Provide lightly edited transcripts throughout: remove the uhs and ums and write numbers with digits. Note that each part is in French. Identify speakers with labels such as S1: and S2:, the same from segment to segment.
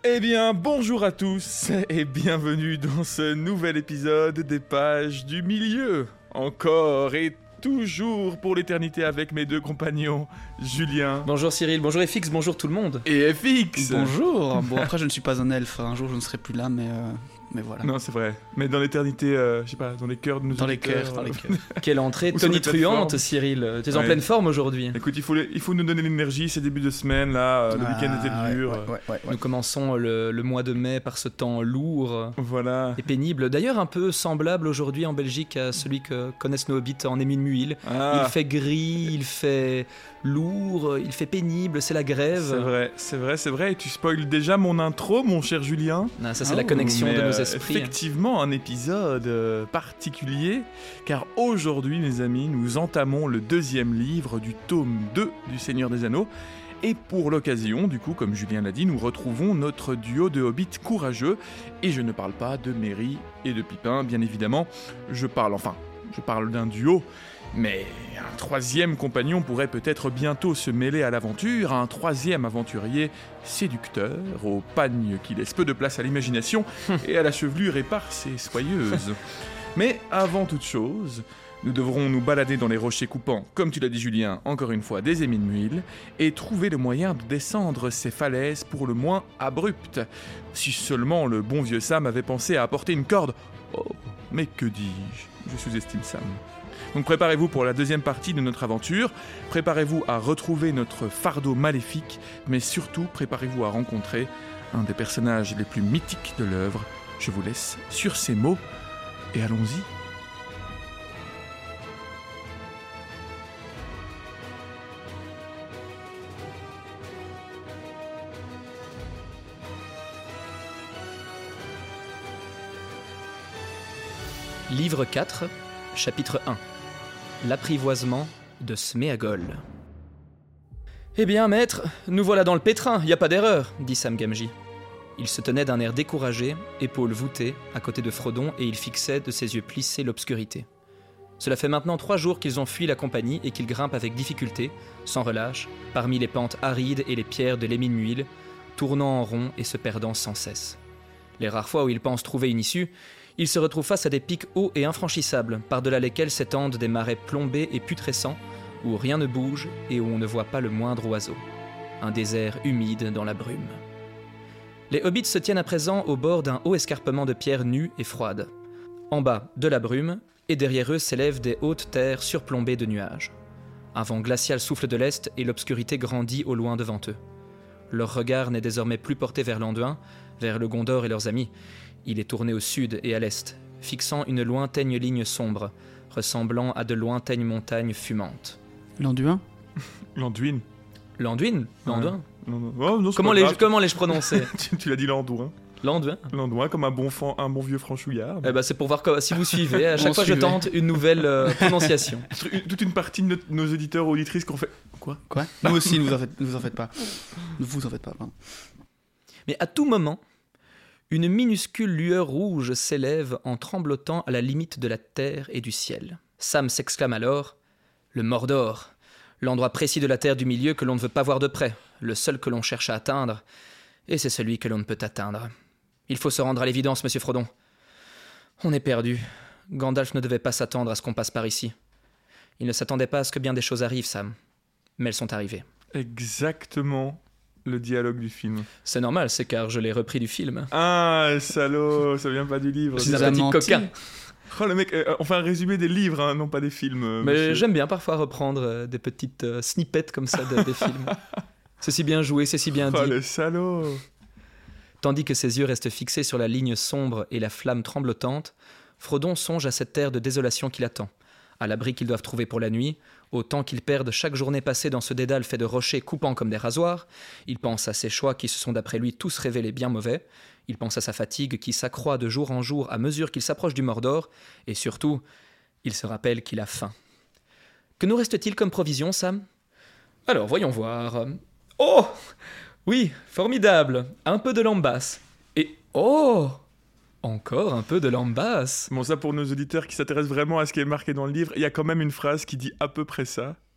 S1: Eh bien, bonjour à tous et bienvenue dans ce nouvel épisode des Pages du Milieu. Encore et toujours pour l'éternité avec mes deux compagnons, Julien.
S2: Bonjour Cyril, bonjour FX, bonjour tout le monde.
S1: Et FX.
S3: Bonjour. Bon, après je ne suis pas un elfe, un jour je ne serai plus là, mais voilà.
S1: Non, c'est vrai. Mais dans l'éternité, je sais pas, dans les cœurs de nos auditeurs.
S3: Dans les cœurs.
S2: Quelle entrée
S1: Ou sur les
S2: tonitruante
S1: plateformes.
S2: Cyril, tu es en
S1: Ouais.
S2: pleine forme aujourd'hui.
S1: Écoute, il faut nous donner l'énergie, c'est début de semaine, là, le week-end était dur.
S3: Ouais.
S2: Nous commençons le mois de mai par ce temps lourd
S1: Voilà.
S2: et pénible. D'ailleurs un peu semblable aujourd'hui en Belgique à celui que connaissent nos hobbits en Émile-Muil.
S1: Ah,
S2: Il fait gris, il fait lourd, il fait pénible, c'est la grève.
S1: c'est vrai. Et tu spoiles déjà mon intro, mon cher Julien.
S2: Non, ça c'est la connexion
S1: Mais,
S2: de nos esprits.
S1: Effectivement, un épisode particulier, car aujourd'hui, mes amis, nous entamons le deuxième livre du tome 2 du Seigneur des Anneaux. Et pour l'occasion, du coup, comme Julien l'a dit, nous retrouvons notre duo de hobbits courageux. Et je ne parle pas de Merry et de Pipin, bien évidemment. Je parle d'un duo. Mais un troisième compagnon pourrait peut-être bientôt se mêler à l'aventure, un troisième aventurier séducteur, au pagne qui laisse peu de place à l'imagination et à la chevelure éparse et soyeuse. Mais avant toute chose, nous devrons nous balader dans les rochers coupants, comme tu l'as dit Julien, encore une fois des Émile-Muil, et trouver le moyen de descendre ces falaises pour le moins abruptes. Si seulement le bon vieux Sam avait pensé à apporter une corde. Oh, mais que dis-je ? Je sous-estime Sam. Donc préparez-vous pour la deuxième partie de notre aventure, préparez-vous à retrouver notre fardeau maléfique, mais surtout préparez-vous à rencontrer un des personnages les plus mythiques de l'œuvre. Je vous laisse sur ces mots, et allons-y.
S2: Livre 4, chapitre 1. L'apprivoisement de Sméagol. Eh bien, maître, nous voilà dans le pétrin, y a pas d'erreur, dit Sam Gamgee. Il se tenait d'un air découragé, épaules voûtées, à côté de Frodon, et il fixait de ses yeux plissés l'obscurité. Cela fait maintenant 3 jours qu'ils ont fui la compagnie et qu'ils grimpent avec difficulté, sans relâche, parmi les pentes arides et les pierres de l'Émile-Muil, tournant en rond et se perdant sans cesse. Les rares fois où ils pensent trouver une issue, ils se retrouvent face à des pics hauts et infranchissables, par-delà lesquels s'étendent des marais plombés et putrescents, où rien ne bouge et où on ne voit pas le moindre oiseau. Un désert humide dans la brume. Les hobbits se tiennent à présent au bord d'un haut escarpement de pierres nues et froides. En bas, de la brume, et derrière eux s'élèvent des hautes terres surplombées de nuages. Un vent glacial souffle de l'est et l'obscurité grandit au loin devant eux. Leur regard n'est désormais plus porté vers l'Anduin, vers le Gondor et leurs amis. Il est tourné au sud et à l'est, fixant une lointaine ligne sombre, ressemblant à de lointaines montagnes fumantes.
S3: L'Anduin.
S1: L'Anduin.
S2: L'Anduin ? L'Anduin ?
S1: Non, oh, non, c'est
S2: Comment
S1: pas grave.
S2: comment l'ai-je prononcé ?
S1: Tu l'as dit l'Anduin.
S2: L'Anduin ?
S1: L'Anduin, comme un bon vieux franchouillard.
S2: Eh ben, c'est pour voir si vous suivez. À chaque
S3: On
S2: fois, je
S3: suivait.
S2: tente une nouvelle prononciation.
S1: Toute une partie de nos auditeurs ou auditrices qu'on fait... Quoi ?
S3: Nous aussi, ne vous en faites pas. Ne vous en faites pas, pardon.
S2: Mais à tout moment, une minuscule lueur rouge s'élève en tremblotant à la limite de la terre et du ciel. Sam s'exclame alors « Le Mordor ! L'endroit précis de la terre du milieu que l'on ne veut pas voir de près, le seul que l'on cherche à atteindre, et c'est celui que l'on ne peut atteindre. Il faut se rendre à l'évidence, monsieur Frodon. On est perdu. Gandalf ne devait pas s'attendre à ce qu'on passe par ici. Il ne s'attendait pas à ce que bien des choses arrivent, Sam. Mais elles sont arrivées.
S1: Exactement le dialogue du film.
S2: C'est normal, c'est car je l'ai repris du film.
S1: Ah, salaud, ça vient pas du livre.
S2: Je suis
S3: nous
S2: un
S3: a
S2: petit
S3: menti.
S2: coquin.
S1: Oh le mec, on fait un résumé des livres, hein, non pas des films.
S2: Mais
S1: monsieur.
S2: j'aime bien parfois reprendre des petites snippets comme ça des films. C'est si bien joué, c'est si bien
S1: Oh
S2: dit.
S1: le salaud.
S2: Tandis que ses yeux restent fixés sur la ligne sombre et la flamme tremblotante, Frodon songe à cette terre de désolation qui l'attend, à l'abri qu'ils doivent trouver pour la nuit, au temps qu'ils perdent chaque journée passée dans ce dédale fait de rochers coupants comme des rasoirs. Il pense à ses choix qui se sont d'après lui tous révélés bien mauvais. Il pense à sa fatigue qui s'accroît de jour en jour à mesure qu'il s'approche du Mordor, et surtout, il se rappelle qu'il a faim. Que nous reste-t-il comme provision, Sam ? Alors, voyons voir. Oh ! Oui, formidable. Un peu de lambasse. Et oh ! Encore un peu de lambasse.
S1: Bon, ça pour nos auditeurs qui s'intéressent vraiment à ce qui est marqué dans le livre, il y a quand même une phrase qui dit à peu près ça.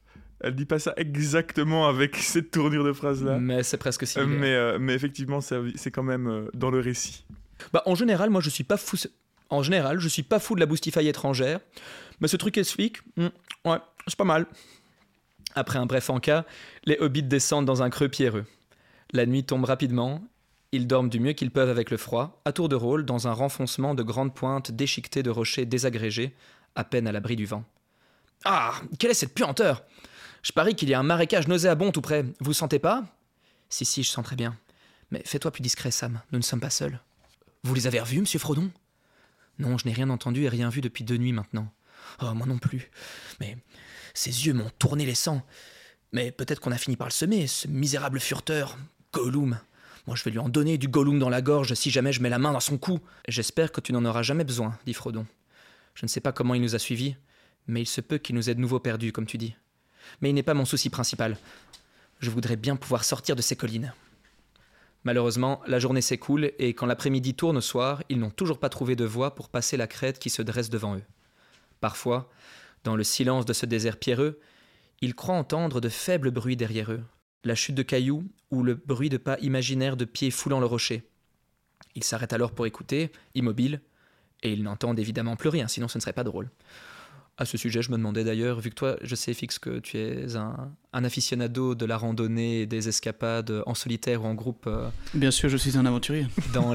S1: Elle dit pas ça exactement avec cette tournure de phrase-là.
S2: Mais c'est presque similaire.
S1: Mais effectivement, c'est quand même dans le récit.
S2: Bah, en général, moi, je suis pas fou. En général, je suis pas fou de la boustifaille étrangère. Mais ce truc elfique, ouais, c'est pas mal. Après un bref encas, les hobbits descendent dans un creux pierreux. La nuit tombe rapidement. Ils dorment du mieux qu'ils peuvent avec le froid, à tour de rôle, dans un renfoncement de grandes pointes déchiquetées de rochers désagrégés, à peine à l'abri du vent. Ah, quelle est cette puanteur! Je parie qu'il y a un marécage nauséabond tout près. Vous sentez pas? Si, je sens très bien. Mais fais-toi plus discret, Sam. Nous ne sommes pas seuls. Vous les avez revus, monsieur Frodon? Non, je n'ai rien entendu et rien vu depuis 2 nuits maintenant. Oh, moi non plus. Mais ses yeux m'ont tourné les sangs. Mais peut-être qu'on a fini par le semer, ce misérable furteur. Gollum. Moi, je vais lui en donner du Gollum dans la gorge si jamais je mets la main dans son cou. J'espère que tu n'en auras jamais besoin, dit Frodon. Je ne sais pas comment il nous a suivis, mais il se peut qu'il nous ait de nouveau perdus, comme tu dis. Mais il n'est pas mon souci principal. Je voudrais bien pouvoir sortir de ces collines. Malheureusement, la journée s'écoule et quand l'après-midi tourne au soir, ils n'ont toujours pas trouvé de voie pour passer la crête qui se dresse devant eux. Parfois, dans le silence de ce désert pierreux, ils croient entendre de faibles bruits derrière eux, la chute de cailloux ou le bruit de pas imaginaires de pieds foulant le rocher. Ils s'arrêtent alors pour écouter, immobiles, et ils n'entendent évidemment plus rien, sinon ce ne serait pas drôle. À ce sujet, je me demandais d'ailleurs, vu que toi, je sais, Fix, que tu es un aficionado de la randonnée et des escapades en solitaire ou en groupe.
S3: Bien sûr, je suis un aventurier.
S2: Dans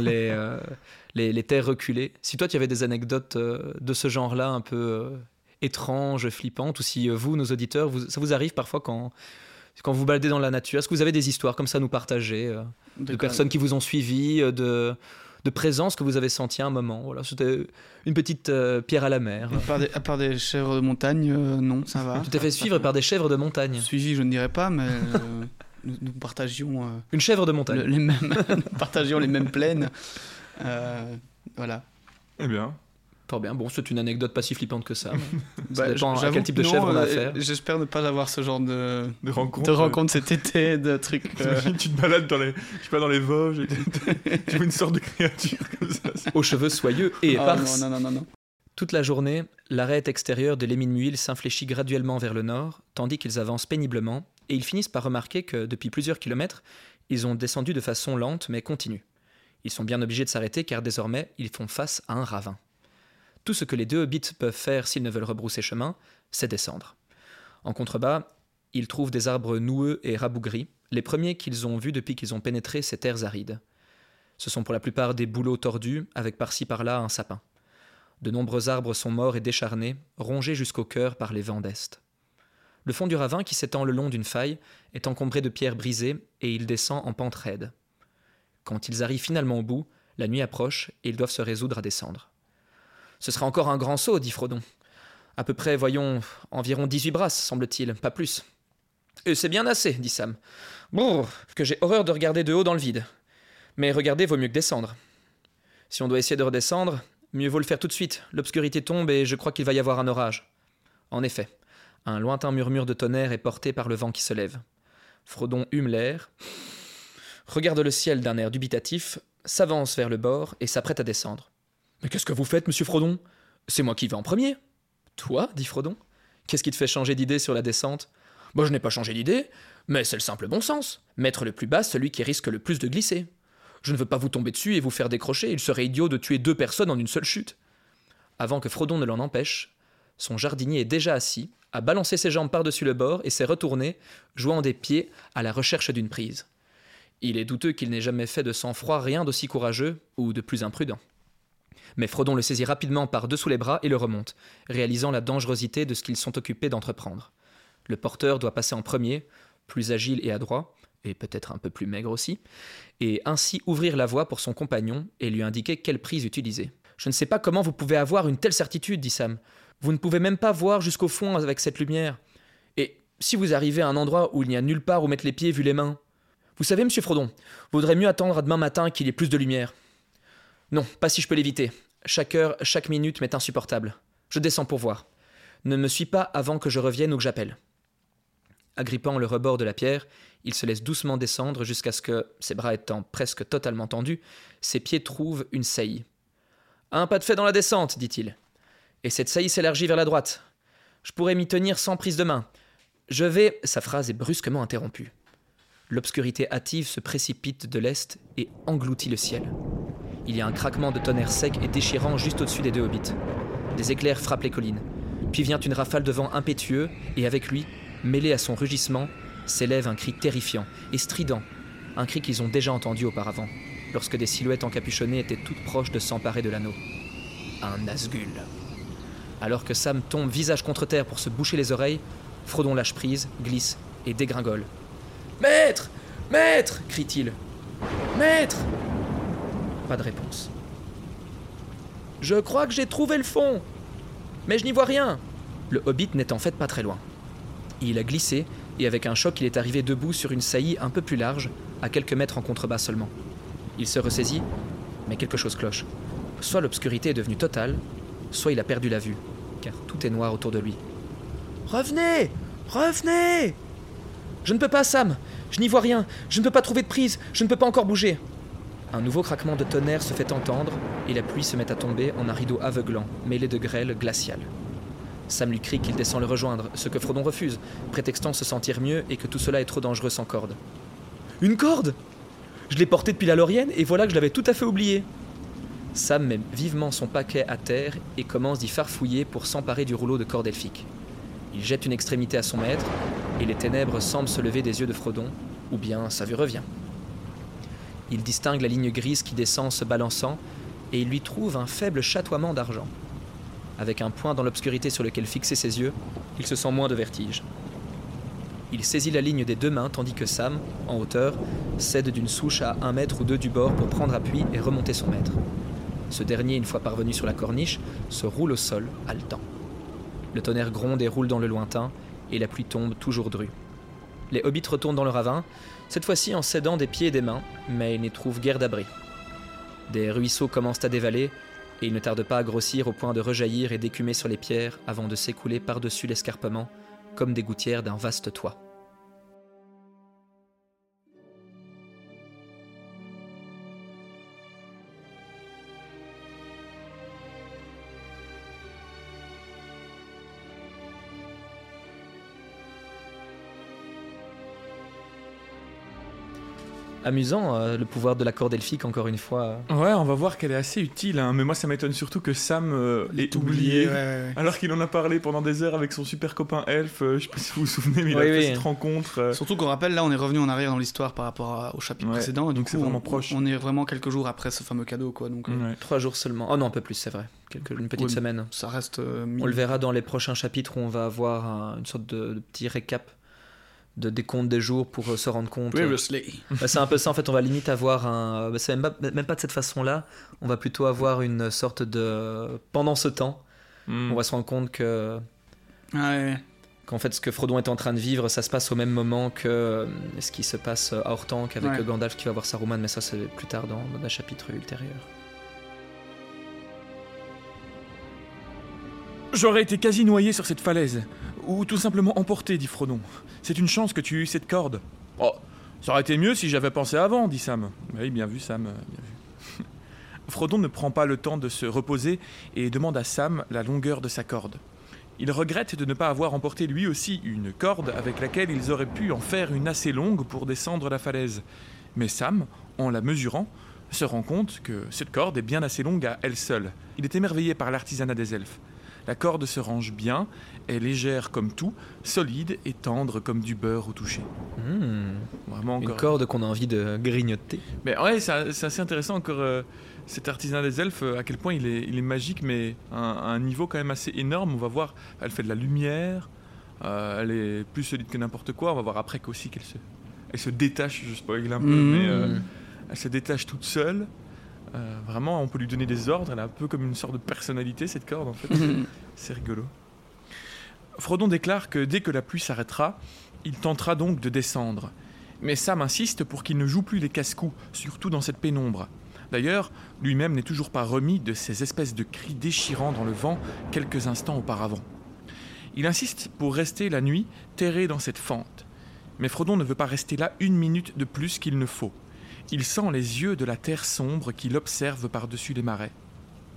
S2: les terres reculées. Si toi, tu avais des anecdotes de ce genre-là, un peu étranges, flippantes, ou si vous, nos auditeurs, ça vous arrive parfois quand vous baladez dans la nature, est-ce que vous avez des histoires comme ça à nous partager, de personnes qui vous ont suivi, de présence que vous avez senti à un moment? Voilà, c'était une petite pierre à la mer.
S3: À part des chèvres de montagne, non, ça va.
S2: Tu t'es fait suivre par des chèvres de montagne?
S3: Suivi, je ne dirais pas, mais nous partagions...
S2: une chèvre de montagne.
S3: Nous partagions les mêmes plaines. Voilà.
S1: Eh bien...
S2: Fort bien. Bon, c'est une anecdote pas si flippante que ça.
S3: Ça
S2: dépend à quel type de chèvre on a affaire.
S3: J'espère ne pas avoir ce genre de
S1: rencontre
S3: cet été, de trucs.
S1: Tu te balades dans les Vosges, et tu vois une sorte de créature comme ça.
S2: Aux cheveux soyeux et éparses.
S3: Non.
S2: Toute la journée, l'arête extérieure de l'Émine-Muil s'infléchit graduellement vers le nord, tandis qu'ils avancent péniblement, et ils finissent par remarquer que, depuis plusieurs kilomètres, ils ont descendu de façon lente mais continue. Ils sont bien obligés de s'arrêter car désormais, ils font face à un ravin. Tout ce que les 2 hobbits peuvent faire s'ils ne veulent rebrousser chemin, c'est descendre. En contrebas, ils trouvent des arbres noueux et rabougris, les premiers qu'ils ont vus depuis qu'ils ont pénétré ces terres arides. Ce sont pour la plupart des bouleaux tordus, avec par-ci par-là un sapin. De nombreux arbres sont morts et décharnés, rongés jusqu'au cœur par les vents d'est. Le fond du ravin, qui s'étend le long d'une faille, est encombré de pierres brisées et il descend en pente raide. Quand ils arrivent finalement au bout, la nuit approche et ils doivent se résoudre à descendre. Ce sera encore un grand saut, dit Frodon. À peu près, voyons, environ 18 brasses, semble-t-il, pas plus. Et c'est bien assez, dit Sam. Brrr, que j'ai horreur de regarder de haut dans le vide. Mais regarder vaut mieux que descendre. Si on doit essayer de redescendre, mieux vaut le faire tout de suite. L'obscurité tombe et je crois qu'il va y avoir un orage. En effet, un lointain murmure de tonnerre est porté par le vent qui se lève. Frodon hume l'air, regarde le ciel d'un air dubitatif, s'avance vers le bord et s'apprête à descendre. « Mais qu'est-ce que vous faites, monsieur Frodon? C'est moi qui vais en premier. »« Toi » dit Frodon. « Qu'est-ce qui te fait changer d'idée sur la descente ?»« Bon, je n'ai pas changé d'idée, mais c'est le simple bon sens. Mettre le plus bas celui qui risque le plus de glisser. Je ne veux pas vous tomber dessus et vous faire décrocher, il serait idiot de tuer 2 personnes en une seule chute. » Avant que Frodon ne l'en empêche, son jardinier est déjà assis, a balancé ses jambes par-dessus le bord et s'est retourné, jouant des pieds à la recherche d'une prise. Il est douteux qu'il n'ait jamais fait de sang-froid rien d'aussi courageux ou de plus imprudent. Mais Frodon le saisit rapidement par-dessous les bras et le remonte, réalisant la dangerosité de ce qu'ils sont occupés d'entreprendre. Le porteur doit passer en premier, plus agile et adroit, et peut-être un peu plus maigre aussi, et ainsi ouvrir la voie pour son compagnon et lui indiquer quelle prise utiliser. « Je ne sais pas comment vous pouvez avoir une telle certitude, dit Sam. Vous ne pouvez même pas voir jusqu'au fond avec cette lumière. Et si vous arrivez à un endroit où il n'y a nulle part où mettre les pieds vu les mains? Vous savez, monsieur Frodon, vaudrait mieux attendre à demain matin qu'il y ait plus de lumière. Non, pas si je peux l'éviter. Chaque heure, chaque minute m'est insupportable. Je descends pour voir. Ne me suis pas avant que je revienne ou que j'appelle. » Agrippant le rebord de la pierre, il se laisse doucement descendre jusqu'à ce que, ses bras étant presque totalement tendus, ses pieds trouvent une saillie. « Un pas de fait dans la descente, dit-il. Et cette saillie s'élargit vers la droite. Je pourrais m'y tenir sans prise de main. Je vais... Sa phrase est brusquement interrompue. L'obscurité hâtive se précipite de l'est et engloutit le ciel. Il y a un craquement de tonnerre sec et déchirant juste au-dessus des deux hobbits. Des éclairs frappent les collines. Puis vient une rafale de vent impétueux et avec lui, mêlé à son rugissement, s'élève un cri terrifiant et strident. Un cri qu'ils ont déjà entendu auparavant, lorsque des silhouettes encapuchonnées étaient toutes proches de s'emparer de l'anneau. Un Nazgûl. Alors que Sam tombe visage contre terre pour se boucher les oreilles, Frodon lâche prise, glisse et dégringole. « Maître ! Maître !» crie-t-il. « Maître !» Pas de réponse. « Je crois que j'ai trouvé le fond, mais je n'y vois rien !» Le hobbit n'est en fait pas très loin. Il a glissé, et avec un choc, il est arrivé debout sur une saillie un peu plus large, à quelques mètres en contrebas seulement. Il se ressaisit, mais quelque chose cloche. Soit l'obscurité est devenue totale, soit il a perdu la vue, car tout est noir autour de lui. « Revenez ! Revenez !»« Je ne peux pas, Sam. Je n'y vois rien. Je ne peux pas trouver de prise. Je ne peux pas encore bouger. » Un nouveau craquement de tonnerre se fait entendre, et la pluie se met à tomber en un rideau aveuglant, mêlé de grêle glaciale. Sam lui crie qu'il descend le rejoindre, ce que Frodon refuse, prétextant se sentir mieux et que tout cela est trop dangereux sans corde. « Une corde ! Je l'ai portée depuis la Laurienne, et voilà que je l'avais tout à fait oublié. » Sam met vivement son paquet à terre et commence d'y farfouiller pour s'emparer du rouleau de corde elfique. Il jette une extrémité à son maître, et les ténèbres semblent se lever des yeux de Frodon, ou bien sa vue revient. Il distingue la ligne grise qui descend se balançant, et il lui trouve un faible chatoiement d'argent. Avec un point dans l'obscurité sur lequel fixer ses yeux, il se sent moins de vertige. Il saisit la ligne des deux mains, tandis que Sam, en hauteur, cède d'une souche à 1 mètre ou 2 du bord pour prendre appui et remonter son maître. Ce dernier, une fois parvenu sur la corniche, se roule au sol, haletant. Le tonnerre gronde et roule dans le lointain, et la pluie tombe toujours drue. Les hobbits retournent dans le ravin, cette fois-ci en s'aidant des pieds et des mains, mais ils n'y trouvent guère d'abri. Des ruisseaux commencent à dévaler, et ils ne tardent pas à grossir au point de rejaillir et d'écumer sur les pierres avant de s'écouler par-dessus l'escarpement, comme des gouttières d'un vaste toit. Amusant, le pouvoir de la corde elfique, encore une fois.
S1: Ouais, on va voir qu'elle est assez utile, hein. Mais moi ça m'étonne surtout que Sam ait oublié,
S3: ouais.
S1: alors qu'il en a parlé pendant des heures avec son super copain elfe. Je sais pas si vous vous souvenez, mais il a fait cette rencontre.
S3: Surtout qu'on rappelle, là on est revenu en arrière dans l'histoire par rapport au chapitre précédent, et
S1: donc
S3: du
S1: c'est
S3: coup
S1: vraiment proche.
S3: On est vraiment quelques jours après ce fameux cadeau, quoi. Donc,
S2: 3 jours seulement. Oh non, un peu plus, c'est vrai. Une petite semaine.
S3: Ça reste...
S2: on le verra dans les prochains chapitres où on va avoir une sorte de petit récap de décompte des jours pour se rendre compte. C'est un peu ça, en fait, on va limite avoir c'est même pas de cette façon-là, on va plutôt avoir une sorte de... Pendant ce temps, on va se rendre compte que... qu'en fait, ce que Frodon est en train de vivre, ça se passe au même moment que ce qui se passe à Orthanc avec Gandalf qui va voir Saruman, mais ça, c'est plus tard dans un chapitre ultérieur.
S1: J'aurais été quasi noyé sur cette falaise, ou tout simplement emporté, dit Frodon. C'est une chance que tu aies eu cette corde. Oh, ça aurait été mieux si j'avais pensé avant, dit Sam. Oui, bien vu, Sam, bien vu. Frodon ne prend pas le temps de se reposer et demande à Sam la longueur de sa corde. Il regrette de ne pas avoir emporté lui aussi une corde avec laquelle ils auraient pu en faire une assez longue pour descendre la falaise. Mais Sam, en la mesurant, se rend compte que cette corde est bien assez longue à elle seule. Il est émerveillé par l'artisanat des elfes. La corde se range bien, est légère comme tout, solide et tendre comme du beurre au toucher. Vraiment encore...
S2: Une corde qu'on a envie de grignoter.
S1: Mais ouais, c'est assez intéressant encore cet artisanat des elfes, à quel point il est magique, mais à un niveau quand même assez énorme. On va voir, elle fait de la lumière, elle est plus solide que n'importe quoi. On va voir après qu'aussi elle se détache, je spoil un peu, mais elle se détache toute seule. Vraiment, on peut lui donner des ordres. Elle a un peu comme une sorte de personnalité, cette corde, en fait. C'est rigolo. Frodon déclare que dès que la pluie s'arrêtera, il tentera donc de descendre. Mais Sam insiste pour qu'il ne joue plus les casse-coups, surtout dans cette pénombre. D'ailleurs, lui-même n'est toujours pas remis de ces espèces de cris déchirants dans le vent quelques instants auparavant. Il insiste pour rester la nuit terré dans cette fente. Mais Frodon ne veut pas rester là 1 minute de plus qu'il ne faut. Il sent les yeux de la terre sombre qui l'observe par-dessus les marais.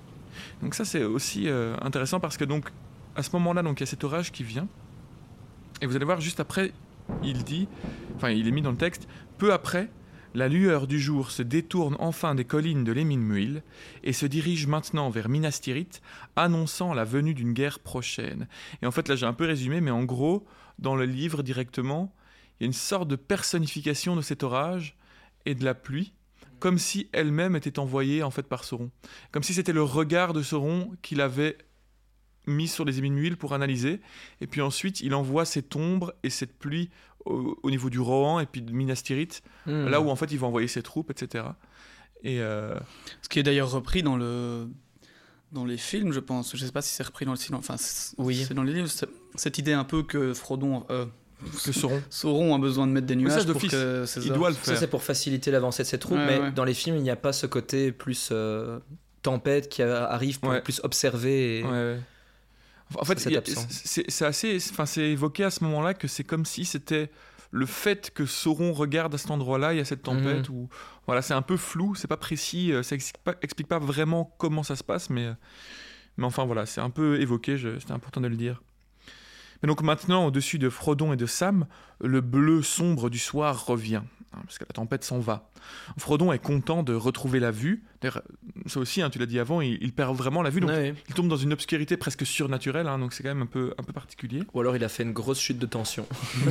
S1: Donc ça, c'est aussi intéressant parce que donc, à ce moment-là, donc, il y a cet orage qui vient. Et vous allez voir, juste après, il est mis dans le texte, peu après, la lueur du jour se détourne enfin des collines de l'Emin Muil et se dirige maintenant vers Minas Tirith, annonçant la venue d'une guerre prochaine. Et en fait, là, j'ai un peu résumé, mais en gros, dans le livre directement, il y a une sorte de personnification de cet orage et de la pluie, comme si elle-même était envoyée en fait par Sauron. Comme si c'était le regard de Sauron qu'il avait mis sur les Emin Muil pour analyser, et puis ensuite, il envoie cette ombre et cette pluie au niveau du Rohan et puis de Minas Tirith, là où en fait il va envoyer ses troupes, etc. Et
S3: Ce qui est d'ailleurs repris dans les films, je pense. Je ne sais pas si c'est repris dans le film. Enfin,
S2: oui.
S3: C'est dans les livres. Cette idée un peu que
S1: Sauron
S3: a besoin de mettre des nuages pour que
S1: il doit le faire.
S2: Ça, c'est pour faciliter l'avancée de ses troupes, mais dans les films, il n'y a pas ce côté plus tempête qui arrive pour plus observer.
S1: En fait, c'est évoqué à ce moment-là que c'est comme si c'était le fait que Sauron regarde à cet endroit-là, il y a cette tempête, où voilà, c'est un peu flou, c'est pas précis, ça explique pas vraiment comment ça se passe, mais enfin voilà, c'est un peu évoqué, c'était important de le dire. Mais donc maintenant, au-dessus de Frodon et de Sam, le bleu sombre du soir revient, parce que la tempête s'en va. Frodon est content de retrouver la vue. D'ailleurs, ça aussi, tu l'as dit avant, il perd vraiment la vue, donc il tombe dans une obscurité presque surnaturelle, donc c'est quand même un peu particulier.
S2: Ou alors il a fait une grosse chute de tension.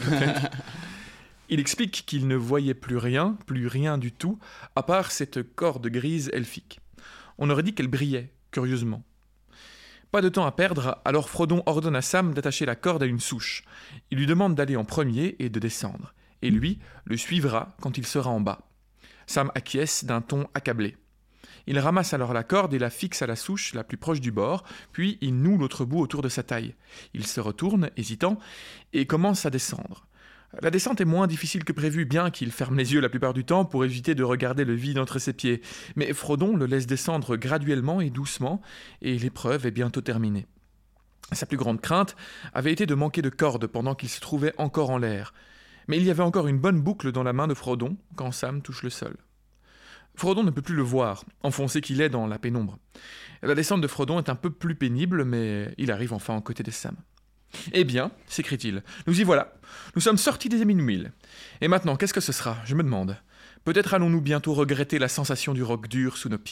S1: Il explique qu'il ne voyait plus rien du tout, à part cette corde grise elfique. On aurait dit qu'elle brillait, curieusement. Pas de temps à perdre, alors Frodon ordonne à Sam d'attacher la corde à une souche. Il lui demande d'aller en premier et de descendre. Et lui le suivra quand il sera en bas. Sam acquiesce d'un ton accablé. Il ramasse alors la corde et la fixe à la souche la plus proche du bord, puis il noue l'autre bout autour de sa taille. Il se retourne, hésitant, et commence à descendre. La descente est moins difficile que prévu, bien qu'il ferme les yeux la plupart du temps pour éviter de regarder le vide entre ses pieds. Mais Frodon le laisse descendre graduellement et doucement, et l'épreuve est bientôt terminée. Sa plus grande crainte avait été de manquer de corde pendant qu'il se trouvait encore en l'air. Mais il y avait encore une bonne boucle dans la main de Frodon quand Sam touche le sol. Frodon ne peut plus le voir, enfoncé qu'il est dans la pénombre. La descente de Frodon est un peu plus pénible, mais il arrive enfin aux côtés de Sam. « Eh bien, s'écrie-t-il, nous y voilà. Nous sommes sortis des Emin Muil. Et maintenant, qu'est-ce que ce sera, je me demande. Peut-être allons-nous bientôt regretter la sensation du roc dur sous nos pieds. »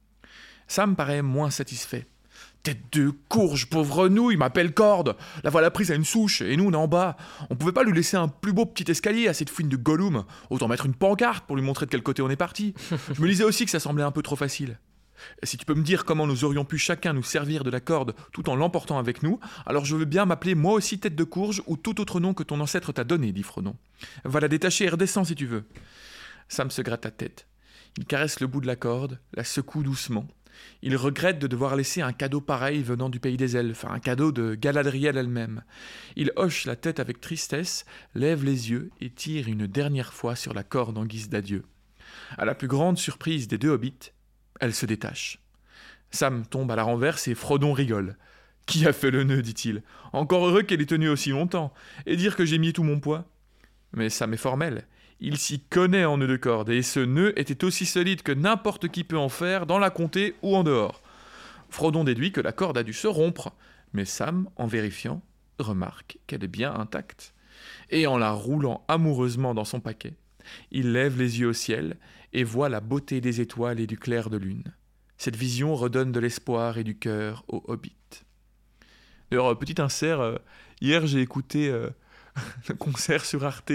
S1: Sam paraît moins satisfait. « Tête de courge, pauvre nous, il m'appelle corde. La voilà prise à une souche, et nous on est en bas. On pouvait pas lui laisser un plus beau petit escalier à cette fouine de Gollum. Autant mettre une pancarte pour lui montrer de quel côté on est parti. Je me disais aussi que ça semblait un peu trop facile. » Si tu peux me dire comment nous aurions pu chacun nous servir de la corde tout en l'emportant avec nous, alors je veux bien m'appeler moi aussi tête de courge ou tout autre nom que ton ancêtre t'a donné, dit Frodon. Va la détacher et redescends si tu veux. Sam se gratte la tête. Il caresse le bout de la corde, la secoue doucement. Il regrette de devoir laisser un cadeau pareil venant du pays des elfes, un cadeau de Galadriel elle-même. Il hoche la tête avec tristesse, lève les yeux et tire une dernière fois sur la corde en guise d'adieu. À la plus grande surprise des deux hobbits, elle se détache. Sam tombe à la renverse et Frodon rigole. « Qui a fait le nœud ?» dit-il. « Encore heureux qu'elle ait tenu aussi longtemps. Et dire que j'ai mis tout mon poids. » Mais Sam est formel. Il s'y connaît en nœud de corde, et ce nœud était aussi solide que n'importe qui peut en faire dans la comté ou en dehors. Frodon déduit que la corde a dû se rompre, mais Sam, en vérifiant, remarque qu'elle est bien intacte. Et en la roulant amoureusement dans son paquet, il lève les yeux au ciel et voit la beauté des étoiles et du clair de lune. Cette vision redonne de l'espoir et du cœur aux hobbits. D'ailleurs, petit insert, hier j'ai écouté le concert sur Arte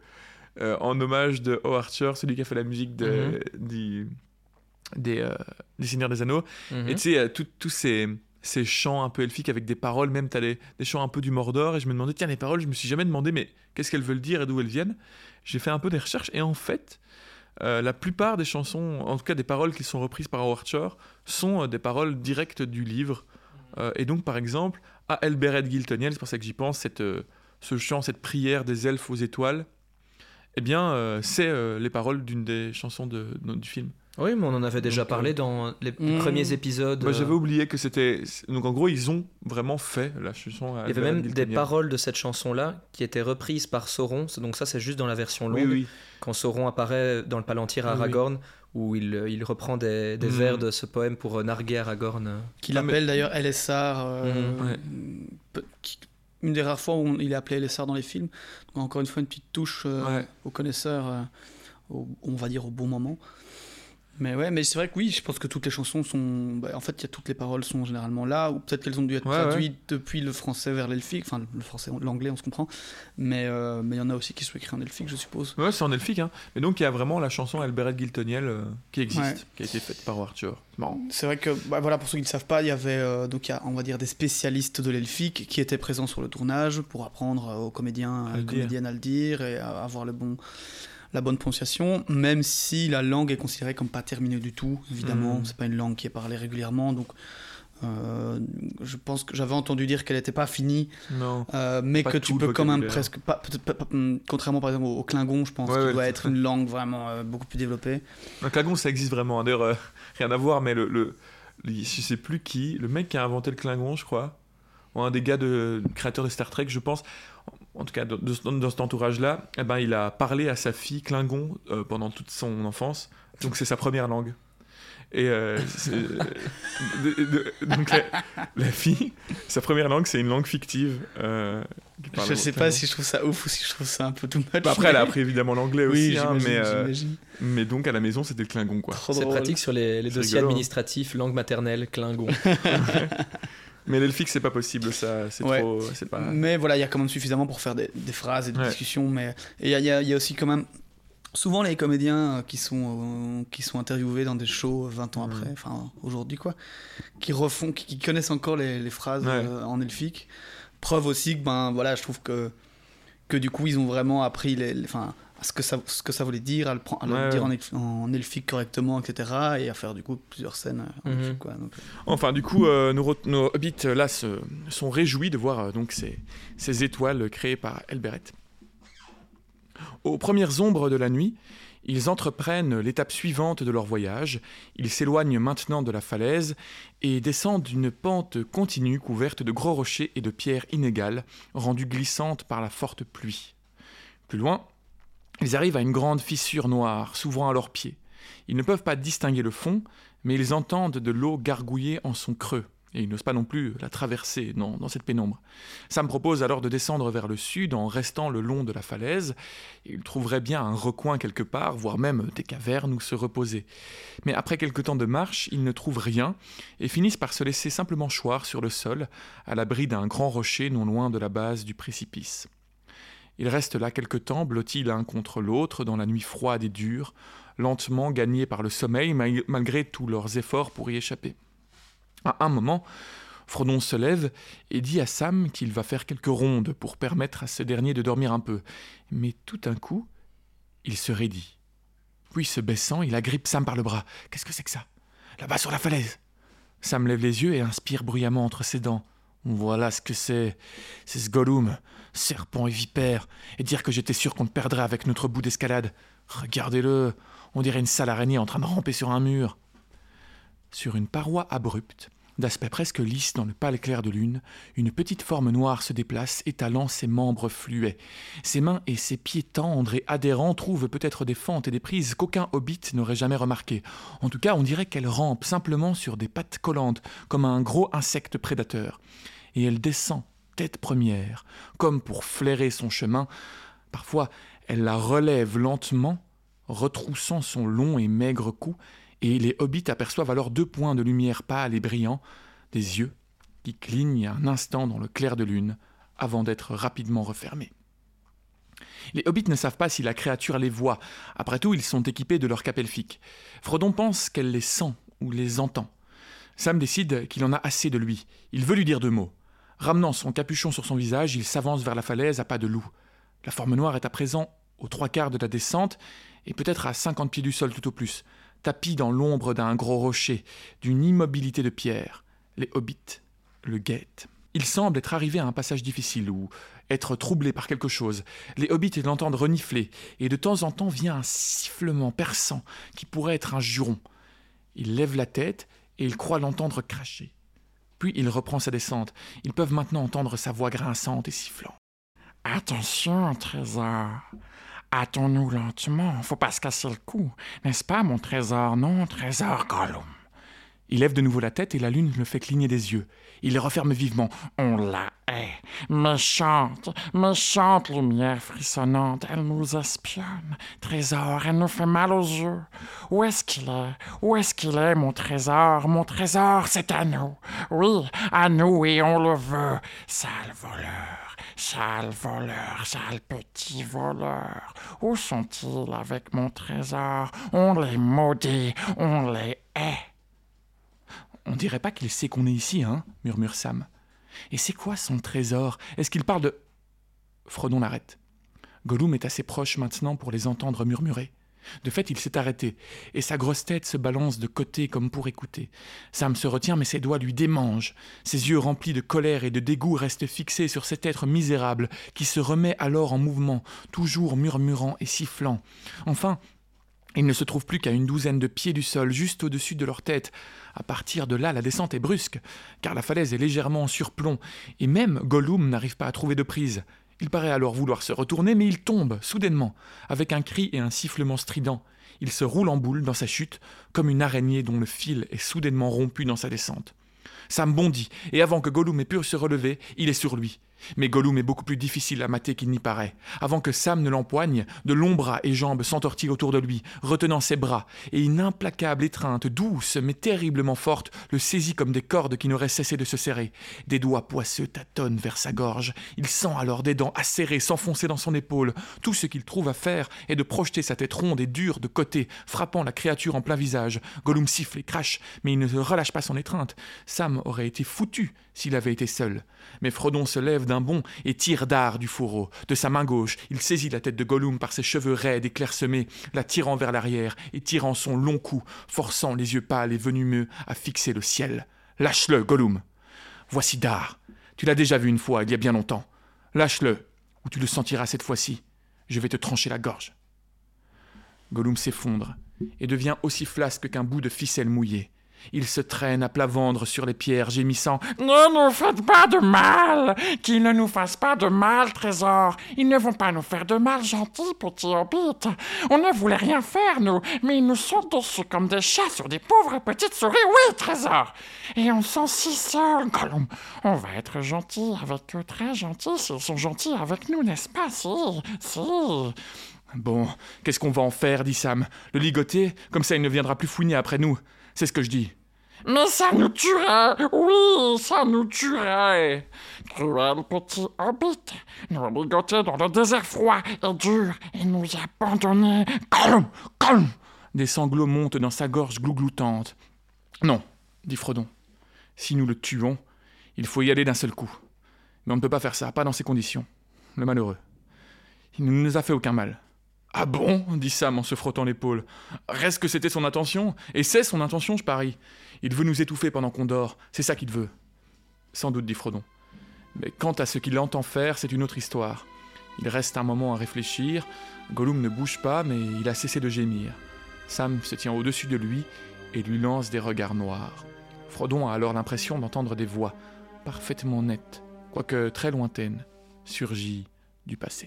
S1: en hommage de Howard Shore, celui qui a fait la musique des Seigneurs des Anneaux. Et tu sais, tous ces chants un peu elfiques avec des paroles, même t'as des chants un peu du Mordor, et je me demandais, tiens, les paroles, je me suis jamais demandé, mais qu'est-ce qu'elles veulent dire et d'où elles viennent. J'ai fait un peu des recherches, et en fait, la plupart des chansons, en tout cas des paroles qui sont reprises par Howard Shore, sont des paroles directes du livre. Et donc, par exemple, à Elbereth Giltoniel, c'est pour ça que j'y pense, ce chant, cette prière des elfes aux étoiles, eh bien, c'est les paroles d'une des chansons du film.
S2: Oui, mais on en avait déjà parlé dans les premiers épisodes.
S1: J'avais oublié que c'était... Donc en gros, ils ont vraiment fait la chanson.
S2: Il y avait même des paroles de cette chanson-là qui étaient reprises par Sauron. Donc ça, c'est juste dans la version longue.
S1: Oui.
S2: Quand Sauron apparaît dans le Palantir à Aragorn, où il reprend des vers de ce poème pour narguer Aragorn.
S3: Qu'il appelle d'ailleurs Elessar. une des rares fois où il est appelé Elessar dans les films. Donc, encore une fois, une petite touche aux connaisseurs, on va dire au bon moment. Mais ouais, mais c'est vrai que oui, je pense que toutes les chansons sont... en fait, toutes les paroles sont généralement là, ou peut-être qu'elles ont dû être traduites depuis le français vers l'elfique, enfin le français, l'anglais, on se comprend, mais il y en a aussi qui sont écrits en elfique, je suppose.
S1: Ouais, c'est en elfique, hein. Mais donc il y a vraiment la chanson Elbereth Giltoniel qui existe, qui a été faite par Arthur. C'est marrant.
S3: C'est vrai que, voilà, pour ceux qui ne savent pas, il y avait, on va dire, des spécialistes de l'elfique qui étaient présents sur le tournage pour apprendre aux comédiens, comédiennes à le dire et à avoir la bonne prononciation, même si la langue est considérée comme pas terminée du tout, évidemment, c'est pas une langue qui est parlée régulièrement, donc je pense que j'avais entendu dire qu'elle n'était pas finie, mais que tu peux quand même presque pas, contrairement par exemple au Klingon, je pense qu'il doit être une langue vraiment beaucoup plus développée.
S1: Le Klingon, ça existe vraiment, d'ailleurs, rien à voir, mais je sais plus qui, le mec qui a inventé le Klingon, je crois, ou un des gars créateurs de Star Trek, je pense. En tout cas, dans cet entourage-là, il a parlé à sa fille Klingon pendant toute son enfance. Donc, c'est sa première langue. Et donc, la fille, sa première langue, c'est une langue fictive.
S3: Je sais pas si je trouve ça ouf ou si je trouve ça un peu too much.
S1: Après, elle a appris évidemment l'anglais aussi.
S3: J'imagine.
S1: Mais donc, à la maison, c'était le Klingon, quoi.
S2: C'est pratique sur les dossiers administratifs, langue maternelle, Klingon.
S1: Mais l'elfique, c'est pas possible, ça, c'est trop... C'est pas...
S3: Mais voilà, il y a quand même suffisamment pour faire des phrases et des discussions. Et il y a aussi quand même... Souvent, les comédiens qui sont interviewés dans des shows 20 ans après, enfin aujourd'hui, quoi, qui connaissent encore les phrases en elfique. Preuve aussi que, voilà, je trouve que du coup, ils ont vraiment appris ce que ça voulait dire, à le dire en elfique correctement, etc. Et à faire du coup plusieurs scènes en elfique, quoi. Donc,
S1: enfin, du coup, nos hobbits là sont réjouis de voir donc ces étoiles créées par Elbereth. Aux premières ombres de la nuit, ils entreprennent l'étape suivante de leur voyage. Ils s'éloignent maintenant de la falaise et descendent une pente continue couverte de gros rochers et de pierres inégales, rendues glissantes par la forte pluie. Plus loin, ils arrivent à une grande fissure noire s'ouvrant à leurs pieds. Ils ne peuvent pas distinguer le fond, mais ils entendent de l'eau gargouiller en son creux, et ils n'osent pas non plus la traverser dans cette pénombre. Sam propose alors de descendre vers le sud en restant le long de la falaise. Ils trouveraient bien un recoin quelque part, voire même des cavernes où se reposer. Mais après quelque temps de marche, ils ne trouvent rien et finissent par se laisser simplement choir sur le sol, à l'abri d'un grand rocher non loin de la base du précipice. Ils restent là quelque temps, blottis l'un contre l'autre dans la nuit froide et dure, lentement gagnés par le sommeil malgré tous leurs efforts pour y échapper. À un moment, Frodon se lève et dit à Sam qu'il va faire quelques rondes pour permettre à ce dernier de dormir un peu. Mais tout d'un coup, il se raidit. Puis, se baissant, il agrippe Sam par le bras. « Qu'est-ce que c'est que ça ? Là-bas sur la falaise !» Sam lève les yeux et inspire bruyamment entre ses dents. « Voilà ce que c'est. C'est ce Gollum, serpent et vipère. Et dire que j'étais sûr qu'on le perdrait avec notre bout d'escalade. Regardez-le, on dirait une sale araignée en train de ramper sur un mur. » Sur une paroi abrupte, d'aspect presque lisse dans le pâle clair de lune, une petite forme noire se déplace, étalant ses membres fluets. Ses mains et ses pieds tendres et adhérents trouvent peut-être des fentes et des prises qu'aucun hobbit n'aurait jamais remarquées. En tout cas, on dirait qu'elle rampe simplement sur des pattes collantes, comme un gros insecte prédateur. Et elle descend, tête première, comme pour flairer son chemin. Parfois, elle la relève lentement, retroussant son long et maigre cou, et les hobbits aperçoivent alors 2 points de lumière pâle et brillants, des yeux qui clignent un instant dans le clair de lune avant d'être rapidement refermés. Les hobbits ne savent pas si la créature les voit. Après tout, ils sont équipés de leur cape elfique. Frodon pense qu'elle les sent ou les entend. Sam décide qu'il en a assez de lui. Il veut lui dire 2 mots. Ramenant son capuchon sur son visage, il s'avance vers la falaise à pas de loup. La forme noire est à présent aux 3/4 de la descente et peut-être à 50 pieds du sol tout au plus. Tapis dans l'ombre d'un gros rocher, d'une immobilité de pierre. Les hobbits le guettent. Il semble être arrivé à un passage difficile ou être troublé par quelque chose. Les hobbits l'entendent renifler et de temps en temps vient un sifflement perçant qui pourrait être un juron. Il lève la tête et il croit l'entendre cracher. Puis il reprend sa descente. Ils peuvent maintenant entendre sa voix grinçante et sifflante. « Attention, trésor ! Hâtons-nous lentement, faut pas se casser le cou. N'est-ce pas, mon trésor? Non, trésor Gollum. » Il lève de nouveau la tête et la lune le fait cligner des yeux. Il les referme vivement. On la hait. Méchante, méchante lumière frissonnante. Elle nous espionne. Trésor, elle nous fait mal aux yeux. Où est-ce qu'il est? Où est-ce qu'il est, mon trésor? Mon trésor, c'est à nous. Oui, à nous et on le veut. Sale voleur, sale petit voleur. Où sont-ils avec mon trésor? On les maudit, on les hait. On dirait pas qu'il sait qu'on est ici, hein, murmure Sam. Et c'est quoi son trésor? Est-ce qu'il parle de... Frodon l'arrête. Gollum est assez proche maintenant pour les entendre murmurer. De fait, il s'est arrêté, et sa grosse tête se balance de côté comme pour écouter. Sam se retient, mais ses doigts lui démangent. Ses yeux remplis de colère et de dégoût restent fixés sur cet être misérable qui se remet alors en mouvement, toujours murmurant et sifflant. Enfin, il ne se trouve plus qu'à une douzaine de pieds du sol, juste au-dessus de leur tête. À partir de là, la descente est brusque, car la falaise est légèrement en surplomb, et même Gollum n'arrive pas à trouver de prise. Il paraît alors vouloir se retourner, mais il tombe, soudainement, avec un cri et un sifflement strident. Il se roule en boule dans sa chute, comme une araignée dont le fil est soudainement rompu dans sa descente. Sam bondit, et avant que Gollum ait pu se relever, il est sur lui. Mais Gollum est beaucoup plus difficile à mater qu'il n'y paraît. Avant que Sam ne l'empoigne, de longs bras et jambes s'entortillent autour de lui, retenant ses bras, et une implacable étreinte, douce mais terriblement forte, le saisit comme des cordes qui n'auraient cessé de se serrer. Des doigts poisseux tâtonnent vers sa gorge. Il sent alors des dents acérées s'enfoncer dans son épaule. Tout ce qu'il trouve à faire est de projeter sa tête ronde et dure de côté, frappant la créature en plein visage. Gollum siffle et crache, mais il ne relâche pas son étreinte. Sam aurait été foutu s'il avait été seul. Mais Frodon se lève d'un bond et tire d'art du fourreau. De sa main gauche, il saisit la tête de Gollum par ses cheveux raides et clairsemés, la tirant vers l'arrière et tirant son long cou, forçant les yeux pâles et venimeux à fixer le ciel. « Lâche-le, Gollum !»« Voici Dar. Tu l'as déjà vu une fois, il y a bien longtemps. Lâche-le, ou tu le sentiras cette fois-ci. Je vais te trancher la gorge. » Gollum s'effondre et devient aussi flasque qu'un bout de ficelle mouillée. Il se traîne à plat ventre sur les pierres, gémissant « Ne nous faites pas de mal! Qu'ils ne nous fassent pas de mal, trésor! Ils ne vont pas nous faire de mal, gentils petits hobbits! On ne voulait rien faire, nous, mais ils nous sautent dessus comme des chats sur des pauvres petites souris, oui, trésor! Et on sent si seul, Gollum! On va être gentils avec eux, très gentils, s'ils sont gentils avec nous, n'est-ce pas? Si. Bon, qu'est-ce qu'on va en faire, dit Sam. Le ligoter, comme ça il ne viendra plus fouiner après nous. C'est ce que je dis. Mais ça nous tuerait! Oui, ça nous tuerait! Cruel petit hobbit, nous ligoter dans le désert froid et dur et nous abandonner. Calme! Des sanglots montent dans sa gorge glougloutante. Non, dit Frodon. Si nous le tuons, il faut y aller d'un seul coup. Mais on ne peut pas faire ça, pas dans ces conditions. Le malheureux. Il ne nous a fait aucun mal. Ah bon, dit Sam en se frottant l'épaule. Reste que c'était son intention, et c'est son intention, je parie. Il veut nous étouffer pendant qu'on dort, c'est ça qu'il veut. Sans doute, dit Frodon. Mais quant à ce qu'il entend faire, c'est une autre histoire. Il reste un moment à réfléchir. Gollum ne bouge pas, mais il a cessé de gémir. Sam se tient au-dessus de lui et lui lance des regards noirs. Frodon a alors l'impression d'entendre des voix, parfaitement nettes, quoique très lointaines, surgies du passé.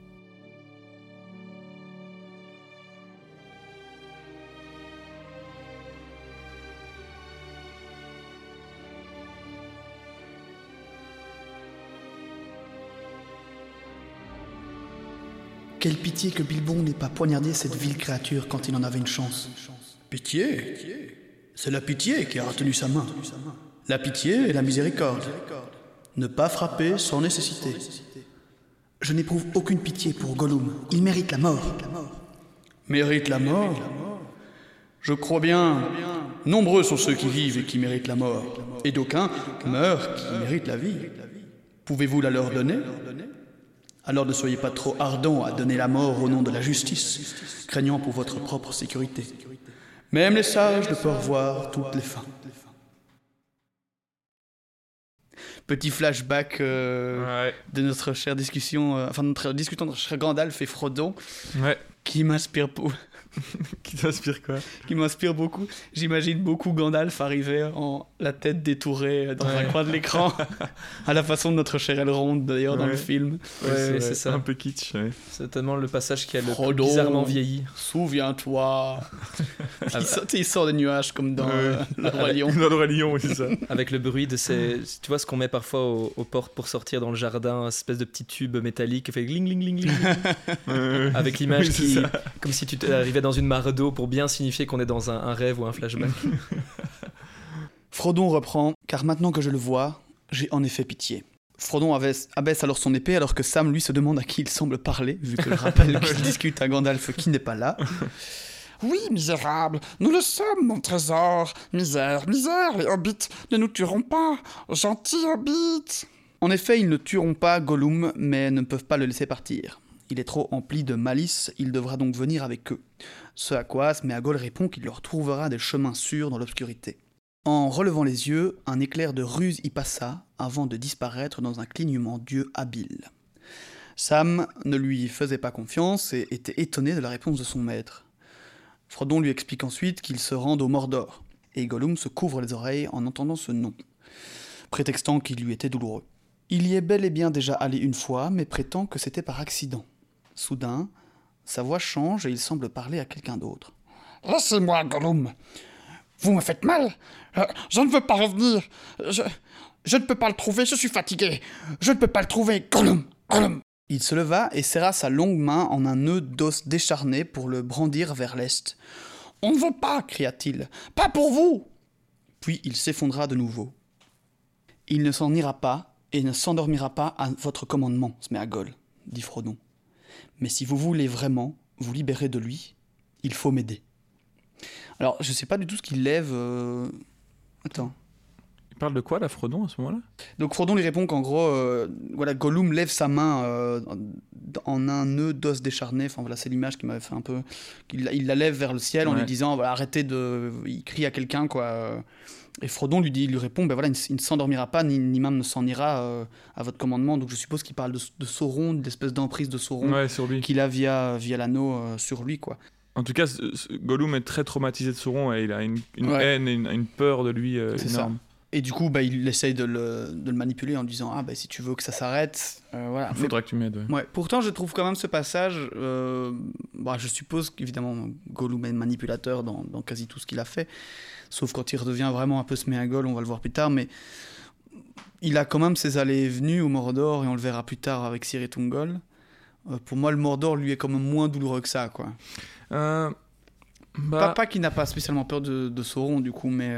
S3: Quelle pitié que Bilbon n'ait pas poignardé cette vile créature quand il en avait une chance. Pitié? C'est la pitié qui a retenu sa main. La pitié et la miséricorde. Ne pas frapper sans nécessité. Je n'éprouve aucune pitié pour Gollum. Il mérite la mort. Mérite la mort? Je crois bien. Nombreux sont ceux qui vivent et qui méritent la mort. Et d'aucuns meurent qui méritent la vie. Pouvez-vous la leur donner? Alors ne soyez pas trop ardents à donner la mort au nom de la justice, craignant pour votre propre sécurité. Même les sages ne peuvent voir toutes les fins. Petit flashback de notre chère discussion, notre discussion entre Gandalf et Frodon, qui m'inspire
S1: Qui t'inspire quoi?
S3: Qui m'inspire beaucoup. J'imagine beaucoup Gandalf arriver en la tête détourée dans un coin de l'écran, à la façon de notre cher Elrond d'ailleurs dans le film.
S2: Ouais, c'est ça.
S1: Un peu kitsch. Ouais.
S2: C'est tellement le passage qui a le plus
S3: Frodo,
S2: bizarrement vieilli.
S3: Souviens-toi. Il sort des nuages comme dans Le Roi Lion.
S1: Dans Le Roi Lion, oui, c'est ça.
S2: Avec le bruit de ces... Tu vois ce qu'on met parfois aux portes pour sortir dans le jardin, une espèce de petit tube métallique qui fait gling gling gling gling. Avec l'image qui... Comme si tu arrivais dans une mare d'eau pour bien signifier qu'on est dans un rêve ou un flashback.
S3: Frodon reprend, car maintenant que je le vois, j'ai en effet pitié. Frodon abaisse alors son épée alors que Sam lui se demande à qui il semble parler, vu que je rappelle qu'il discute à Gandalf qui n'est pas là.
S4: Oui, misérable, nous le sommes, mon trésor. Misère, misère, les hobbits ne nous tueront pas. Gentils hobbits.
S3: En effet, ils ne tueront pas Gollum, mais ne peuvent pas le laisser partir. Il est trop empli de malice, il devra donc venir avec eux. Ce à quoi Sméagol répond qu'il leur trouvera des chemins sûrs dans l'obscurité. En relevant les yeux, un éclair de ruse y passa, avant de disparaître dans un clignement d'yeux habile. Sam ne lui faisait pas confiance et était étonné de la réponse de son maître. Frodon lui explique ensuite qu'il se rend au Mordor, et Gollum se couvre les oreilles en entendant ce nom, prétextant qu'il lui était douloureux. Il y est bel et bien déjà allé une fois, mais prétend que c'était par accident. Soudain, sa voix change et il semble parler à quelqu'un d'autre.
S4: « Laissez-moi, Gollum. Vous me faites mal. Je ne veux pas revenir. Je ne peux pas le trouver, je suis fatigué. Je ne peux pas le trouver, Gollum, Gollum. »
S3: Il se leva et serra sa longue main en un nœud d'os décharné pour le brandir vers l'est.
S4: « On ne veut pas,
S3: cria-t-il.
S4: Pas pour vous. »
S3: Puis il s'effondra de nouveau. Il ne s'en ira pas et ne s'endormira pas à votre commandement, Sméagol, dit Frodon. Mais si vous voulez vraiment vous libérer de lui, il faut m'aider. Alors, je sais pas du tout ce qu'il lève... Attends.
S1: Il parle de quoi, là, Frodon, à ce moment-là?
S3: Donc Frodon lui répond qu'en gros, voilà, Gollum lève sa main en un nœud d'os décharné. Enfin voilà, c'est l'image qui m'avait fait un peu... Il la lève vers le ciel en lui disant, voilà, arrêtez de... Il crie à quelqu'un, quoi. Et Frodon lui répond, ben voilà, il ne s'endormira pas, ni même ne s'en ira à votre commandement. Donc je suppose qu'il parle de Sauron, de l'espèce d'emprise de Sauron
S1: sur lui.
S3: Qu'il a via l'anneau sur lui, quoi.
S1: En tout cas, Gollum est très traumatisé de Sauron et il a une haine et une peur de lui
S3: c'est
S1: énorme.
S3: Ça. Et du coup, il essaye de le manipuler en lui disant « Ah, bah, si tu veux que ça s'arrête... voilà. »
S1: Il faudra que tu m'aides.
S3: Ouais. Pourtant, je trouve quand même ce passage... je suppose qu'évidemment, Gollum est manipulateur dans quasi tout ce qu'il a fait. Sauf quand il redevient vraiment un peu Sméagol, on va le voir plus tard. Mais il a quand même ses allées et venues au Mordor, et on le verra plus tard avec Ciri Tungol. Pour moi, le Mordor, lui, est quand même moins douloureux que ça, quoi. Pas qu'il n'a pas spécialement peur de Sauron, du coup, mais...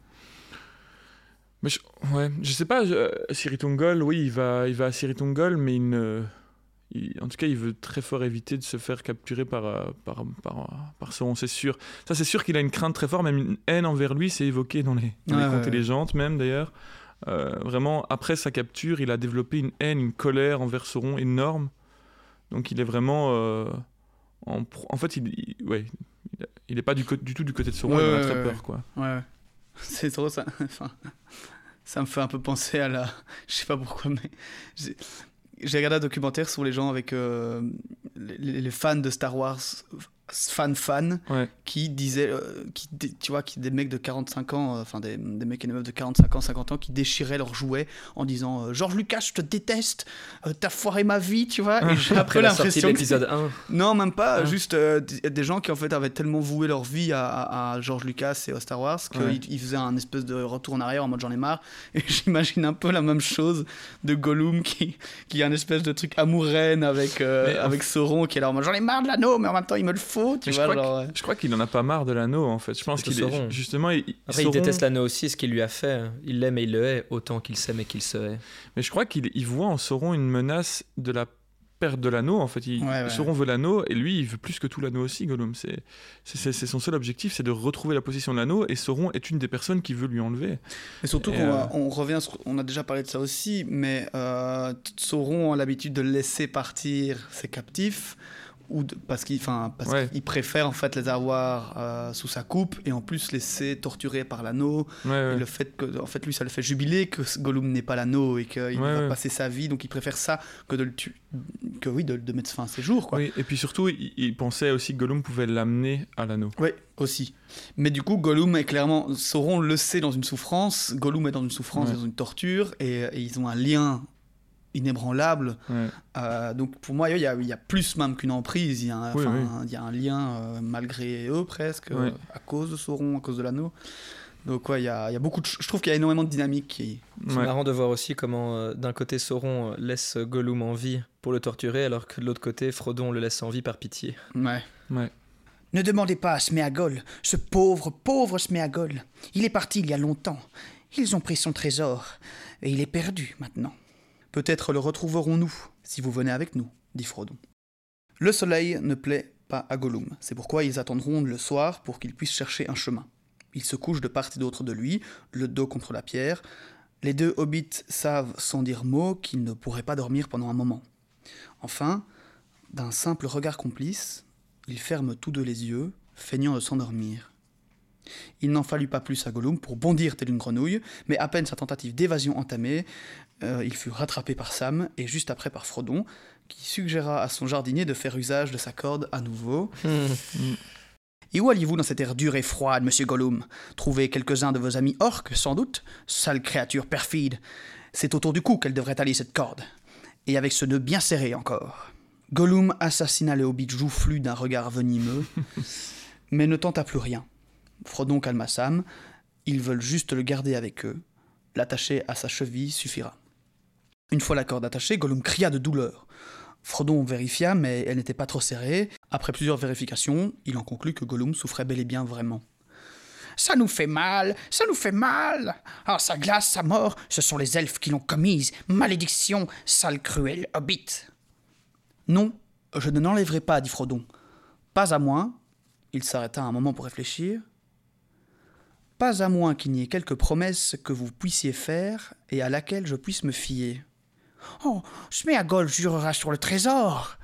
S1: Mais je sais pas, Ciri Tungol, oui, il va à Ciri Tungol, mais en tout cas, il veut très fort éviter de se faire capturer par Sauron, c'est sûr. Ça, c'est sûr qu'il a une crainte très forte, même une haine envers lui, c'est évoqué dans les contes et légendes, même d'ailleurs. Vraiment, après sa capture, il a développé une haine, une colère envers Sauron énorme. Donc il est vraiment... en fait, il est pas du tout du côté de Sauron, il en a très peur, quoi.
S3: Ouais. C'est trop ça. Enfin, ça me fait un peu penser à la... Je sais pas pourquoi, mais... J'ai regardé un documentaire sur les gens avec les fans de Star Wars, fans, qui disaient... tu vois, des mecs de 45 ans, enfin des mecs et des meufs de 45 ans, 50 ans, qui déchiraient leurs jouets en disant « George Lucas, je te déteste, t'as foiré ma vie, tu vois ?» Et j'ai après l'impression
S2: que... l'épisode 1.
S3: Non, même pas, juste des gens qui en fait avaient tellement voué leur vie à George Lucas et à Star Wars qu'ils faisaient un espèce de retour en arrière en mode « j'en ai marre ». Et j'imagine un peu la même chose de Gollum qui a une espèce de truc amour-haine avec Sauron qui est là en mode « j'en ai marre de l'anneau, mais en même temps il me le faut ».
S1: Je crois qu'il en a pas marre de l'anneau, en fait. Je pense qu'il est justement.
S2: Après, il déteste l'anneau aussi, ce qu'il lui a fait. Il l'aime et il le hait autant qu'il s'aime et qu'il se hait.
S1: Mais je crois qu'il voit en Sauron une menace de la perte de l'anneau. En fait, Sauron veut l'anneau et lui, il veut plus que tout l'anneau aussi. Gollum, c'est son seul objectif, c'est de retrouver la possession de l'anneau. Et Sauron est une des personnes qui veut lui enlever.
S3: Et surtout qu'on revient, on a déjà parlé de ça aussi, mais Sauron a l'habitude de laisser partir ses captifs. parce qu'il préfère en fait les avoir sous sa coupe et en plus laisser torturer par l'anneau. Et le fait que en fait lui ça le fait jubiler que Gollum n'ait pas l'anneau et qu'il va passer sa vie, donc il préfère ça que de le tuer, de mettre fin à ses jours, quoi.
S1: Oui, et puis surtout il pensait aussi que Gollum pouvait l'amener à l'anneau.
S3: Oui, aussi. Mais du coup Gollum est clairement, Sauron le sait, dans une souffrance, Gollum est dans une souffrance, dans une torture, et ils ont un lien inébranlable. Donc pour moi il y a plus même qu'une emprise, il y a un lien malgré eux presque, à cause de Sauron, à cause de l'anneau. Donc il y a beaucoup je trouve qu'il y a énormément de dynamique
S2: C'est marrant de voir aussi comment d'un côté Sauron laisse Gollum en vie pour le torturer, alors que de l'autre côté Frodon le laisse en vie par pitié.
S4: Ne demandez pas à Sméagol, ce pauvre Sméagol. Il est parti il y a longtemps. Ils ont pris son trésor et il est perdu maintenant.
S3: Peut-être le retrouverons-nous, si vous venez avec nous, dit Frodon. Le soleil ne plaît pas à Gollum, c'est pourquoi ils attendront le soir pour qu'il puisse chercher un chemin. Ils se couchent de part et d'autre de lui, le dos contre la pierre. Les deux hobbits savent sans dire mot qu'ils ne pourraient pas dormir pendant un moment. Enfin, d'un simple regard complice, ils ferment tous deux les yeux, feignant de s'endormir. Il n'en fallut pas plus à Gollum pour bondir telle une grenouille, mais à peine sa tentative d'évasion entamée, il fut rattrapé par Sam, et juste après par Frodon, qui suggéra à son jardinier de faire usage de sa corde à nouveau. Et où alliez-vous dans cette air dure et froide, monsieur Gollum ? Trouver quelques-uns de vos amis orques, sans doute ? Sale créature perfide ! C'est autour du cou qu'elle devrait aller cette corde. Et avec ce nœud bien serré encore. Gollum assassina le hobbit joufflu d'un regard venimeux, mais ne tenta plus rien. Frodon calma Sam, ils veulent juste le garder avec eux. L'attacher à sa cheville suffira. Une fois la corde attachée, Gollum cria de douleur. Frodon vérifia, mais elle n'était pas trop serrée. Après plusieurs vérifications, il en conclut que Gollum souffrait bel et bien vraiment.
S4: « Ça nous fait mal, ça nous fait mal. Ah, sa glace, sa mort, ce sont les elfes qui l'ont commise. Malédiction, sale cruel hobbit. »
S3: « Non, je ne l'enlèverai pas, dit Frodon. Pas à moins, il s'arrêta un moment pour réfléchir, pas à moins qu'il n'y ait quelque promesse que vous puissiez faire et à laquelle je puisse me fier.
S4: Oh, Sméagol jurera sur le trésor.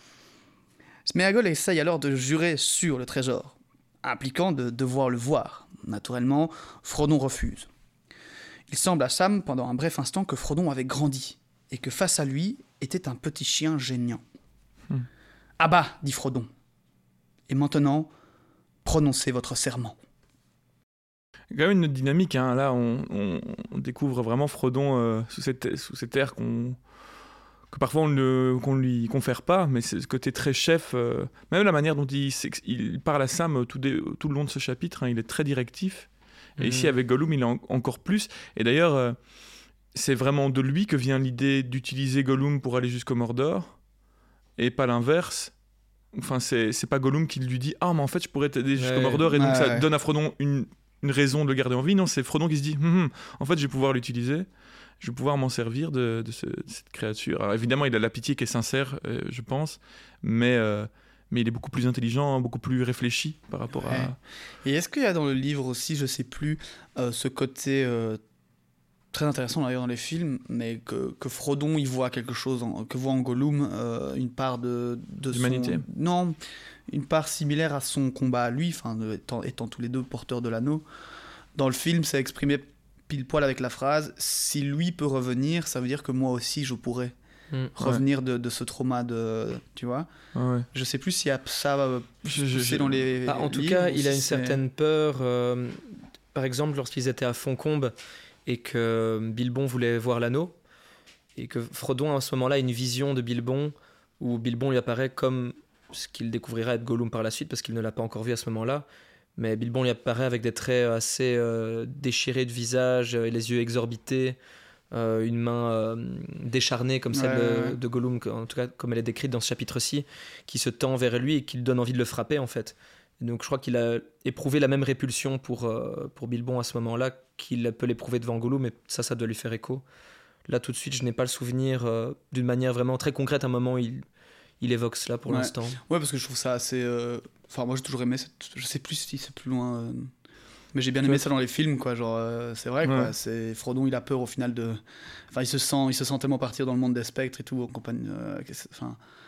S3: Sméagol essaye alors de jurer sur le trésor, impliquant de devoir le voir. Naturellement, Frodon refuse. Il semble à Sam, pendant un bref instant, que Frodon avait grandi, et que face à lui était un petit chien geignant. « À bas, dit Frodon. Et maintenant, prononcez votre serment. »
S1: Il y a quand même une dynamique, hein. Là on découvre vraiment Frodon sous cette ère que parfois qu'on lui confère pas, mais c'est ce côté très chef, même la manière dont il parle à Sam tout le long de ce chapitre, hein, il est très directif, et ici avec Gollum il est encore plus, et d'ailleurs c'est vraiment de lui que vient l'idée d'utiliser Gollum pour aller jusqu'au Mordor, et pas l'inverse. Enfin c'est pas Gollum qui lui dit « Ah mais en fait je pourrais t'aider jusqu'au Mordor » et donc ça donne à Frodon une raison de le garder en vie. Non, c'est Frodon qui se dit en fait je vais pouvoir l'utiliser, je vais pouvoir m'en servir de cette créature. Alors évidemment il a la pitié qui est sincère, je pense, mais il est beaucoup plus intelligent, beaucoup plus réfléchi par rapport à...
S3: Et est-ce qu'il y a dans le livre aussi, je sais plus, ce côté très intéressant d'ailleurs dans les films, mais que Frodon il voit quelque chose, que voit en Gollum une part de
S1: d'humanité.
S3: Non, une part similaire à son combat à lui, étant tous les deux porteurs de l'anneau. Dans le film, c'est exprimé pile poil avec la phrase « Si lui peut revenir, ça veut dire que moi aussi je pourrais revenir de ce trauma de... » Tu vois ? Je sais plus s'il y a ça c'est dans les
S2: en tout
S3: livres,
S2: cas, il a une certaine peur. Par exemple, lorsqu'ils étaient à Foncombe et que Bilbon voulait voir l'anneau, et que Frodon, à ce moment-là, a une vision de Bilbon, où Bilbon lui apparaît comme ce qu'il découvrira être Gollum par la suite, parce qu'il ne l'a pas encore vu à ce moment-là, mais Bilbon lui apparaît avec des traits assez déchirés de visage, et les yeux exorbités, une main décharnée comme celle de Gollum, en tout cas comme elle est décrite dans ce chapitre-ci, qui se tend vers lui et qui lui donne envie de le frapper en fait. Et donc je crois qu'il a éprouvé la même répulsion pour Bilbon à ce moment-là qu'il peut l'éprouver devant Gollum, mais ça doit lui faire écho. Là tout de suite je n'ai pas le souvenir d'une manière vraiment très concrète, à un moment il évoque cela pour l'instant.
S3: Ouais, parce que je trouve ça assez... Enfin moi j'ai toujours aimé je sais plus si c'est plus loin... Mais j'ai bien aimé ça dans les films, quoi. Genre, c'est vrai, quoi. C'est Frodon, il a peur au final de. Enfin, il se sent tellement partir dans le monde des spectres et tout, en compagnie.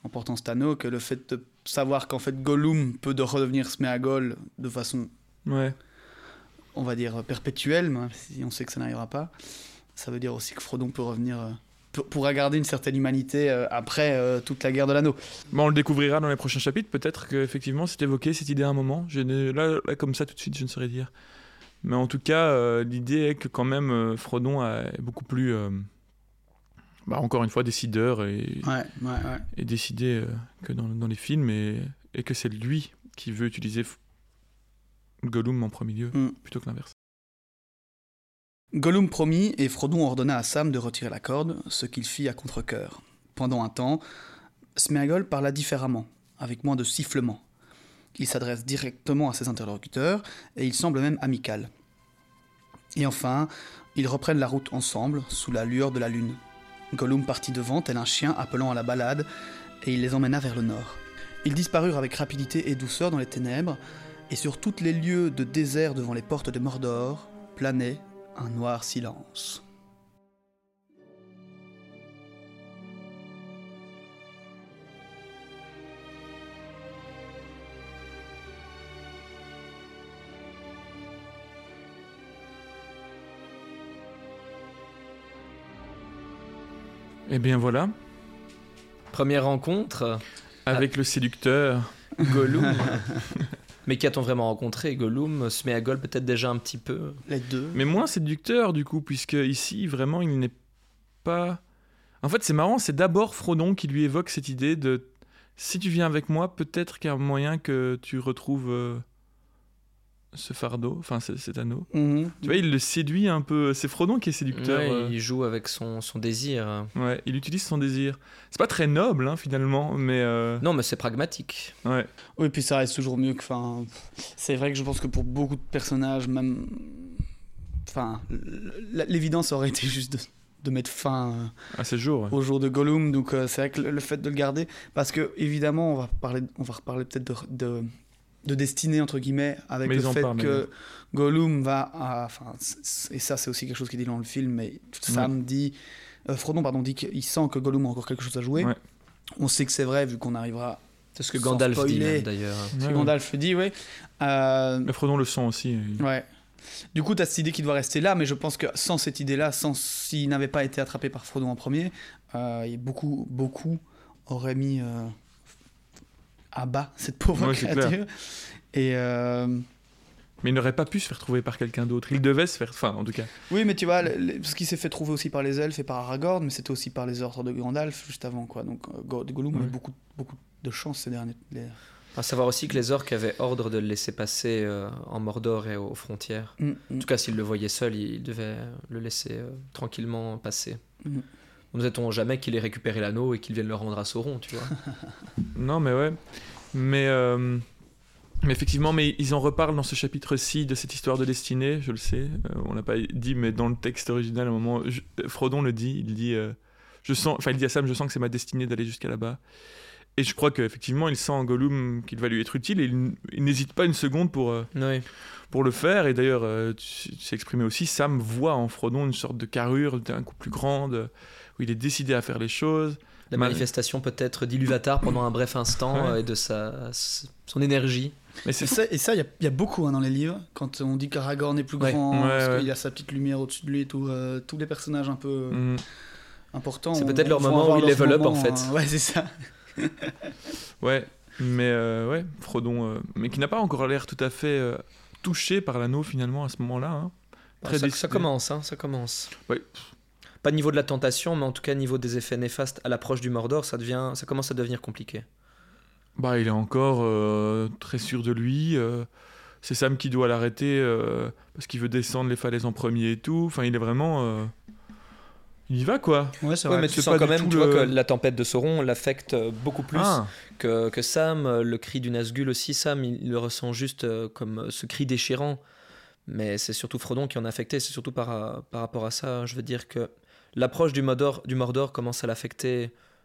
S3: en portant cet anneau, que le fait de savoir qu'en fait Gollum peut redevenir Sméagol de façon,
S1: Ouais.
S3: on va dire, perpétuelle, même si on sait que ça n'arrivera pas, ça veut dire aussi que Frodon peut revenir, pourra garder une certaine humanité après toute la guerre de l'anneau.
S1: Bon, on le découvrira dans les prochains chapitres. Peut-être qu'effectivement, c'est évoqué cette idée à un moment. Là, comme ça, tout de suite, je ne saurais dire. Mais en tout cas, l'idée est que quand même, Frodon est beaucoup plus, encore une fois, décideur et décidé que dans les films, et que c'est lui qui veut utiliser Gollum en premier lieu, plutôt que l'inverse.
S3: Gollum promit et Frodon ordonna à Sam de retirer la corde, ce qu'il fit à contre-cœur. Pendant un temps, Sméagol parla différemment, avec moins de sifflements. Il s'adresse directement à ses interlocuteurs et il semble même amical. Et enfin, ils reprennent la route ensemble, sous la lueur de la lune. Gollum partit devant, tel un chien appelant à la balade, et il les emmena vers le nord. Ils disparurent avec rapidité et douceur dans les ténèbres, et sur tous les lieux de désert devant les portes de Mordor, planait un noir silence.
S1: Eh bien voilà,
S2: Première rencontre,
S1: avec le séducteur.
S2: Gollum. Mais qui a-t-on vraiment rencontré? Gollum, Sméagol peut-être déjà un petit peu.
S3: Les deux.
S1: Mais moins séducteur du coup, puisque ici, vraiment, il n'est pas... En fait, c'est marrant, c'est d'abord Frodon qui lui évoque cette idée de « si tu viens avec moi, peut-être qu'il y a moyen que tu retrouves ce fardeau, enfin cet anneau. » Tu vois, il le séduit un peu. C'est Frodon qui est séducteur.
S2: Ouais, il joue avec son désir.
S1: Ouais, il utilise son désir. C'est pas très noble, hein, finalement, mais...
S2: Non, mais c'est pragmatique.
S1: Ouais.
S3: Oui, puis ça reste toujours mieux que... c'est vrai que je pense que pour beaucoup de personnages, même... l'évidence aurait été juste de mettre fin
S1: À ces jours, ouais.
S3: au jour de Gollum. Donc c'est vrai que le fait de le garder... Parce que, évidemment, on va reparler peut-être de destinée, entre guillemets, avec
S1: Mais
S3: le
S1: ils en
S3: fait
S1: parlent,
S3: que Gollum va... et ça, c'est aussi quelque chose qui est dit dans le film, mais Sam dit... Frodon, dit qu'il sent que Gollum a encore quelque chose à jouer.
S1: Ouais.
S3: On sait que c'est vrai, vu qu'on arrivera...
S2: C'est ce que
S3: Sans
S2: Gandalf dit,
S3: spoiler.
S2: même, d'ailleurs.
S3: Ce que
S1: Ouais.
S3: Gandalf dit, oui.
S1: Mais Frodon le sent aussi.
S3: Ouais. Du coup, tu as cette idée qui doit rester là, mais je pense que sans cette idée-là, s'il n'avait pas été attrapé par Frodon en premier, beaucoup auraient mis à bas cette pauvre
S1: Ouais, c'est
S3: créature. Et
S1: Mais il n'aurait pas pu se faire trouver par quelqu'un d'autre. Il devait se faire... Enfin, en tout cas.
S3: oui, mais tu vois, ce qui s'est fait trouver aussi par les elfes et par Aragorn, mais c'était aussi par les ordres de Gandalf juste avant, quoi. Donc Gollum a eu beaucoup de chance ces derniers...
S2: À savoir aussi que les orques avaient ordre de le laisser passer en Mordor et aux frontières. En tout cas, s'ils le voyaient seul, ils devaient le laisser tranquillement passer. Ne sait-on jamais qu'il ait récupéré l'anneau et qu'il vienne le rendre à Sauron, tu vois.
S1: Non, mais ouais. Mais effectivement, mais ils en reparlent dans ce chapitre-ci de cette histoire de destinée, je le sais. On l'a pas dit, mais dans le texte original, à un moment, Frodon le dit. Il dit, il dit à Sam, je sens que c'est ma destinée d'aller jusqu'à là-bas. Et je crois qu'effectivement, il sent en Gollum qu'il va lui être utile, et il n'hésite pas une seconde pour le faire. Et d'ailleurs, tu sais exprimer aussi, Sam voit en Frodon une sorte de carrure d'un coup plus grande, où il est décidé à faire les choses.
S2: La manifestation peut-être d'Ilúvatar pendant un bref instant et de son énergie.
S3: Mais c'est ça, et ça, il y a beaucoup dans les livres, quand on dit qu'Aragorn est plus grand, parce qu'il a sa petite lumière au-dessus de lui et tout, tous les personnages un peu importants.
S2: C'est peut-être leur moment où ils level up, en fait.
S3: Ouais, c'est ça.
S1: Ouais, mais Frodon, mais qui n'a pas encore l'air tout à fait touché par l'anneau finalement à ce moment-là. Hein.
S2: Ça commence, ça commence.
S1: Ouais.
S2: Pas niveau de la tentation, mais en tout cas niveau des effets néfastes à l'approche du Mordor, ça commence à devenir compliqué.
S1: Bah, il est encore très sûr de lui. C'est Sam qui doit l'arrêter parce qu'il veut descendre les falaises en premier et tout. Enfin, il est vraiment... Il y va, quoi.
S3: Ouais, c'est vrai.
S2: Mais tu sens quand même vois, que la tempête de Sauron l'affecte beaucoup plus que Sam. Le cri du Nazgûl aussi, Sam, il le ressent juste comme ce cri déchirant. Mais c'est surtout Frodon qui en a affecté. C'est surtout par rapport à ça. Je veux dire que l'approche du Mordor commence à l'affecter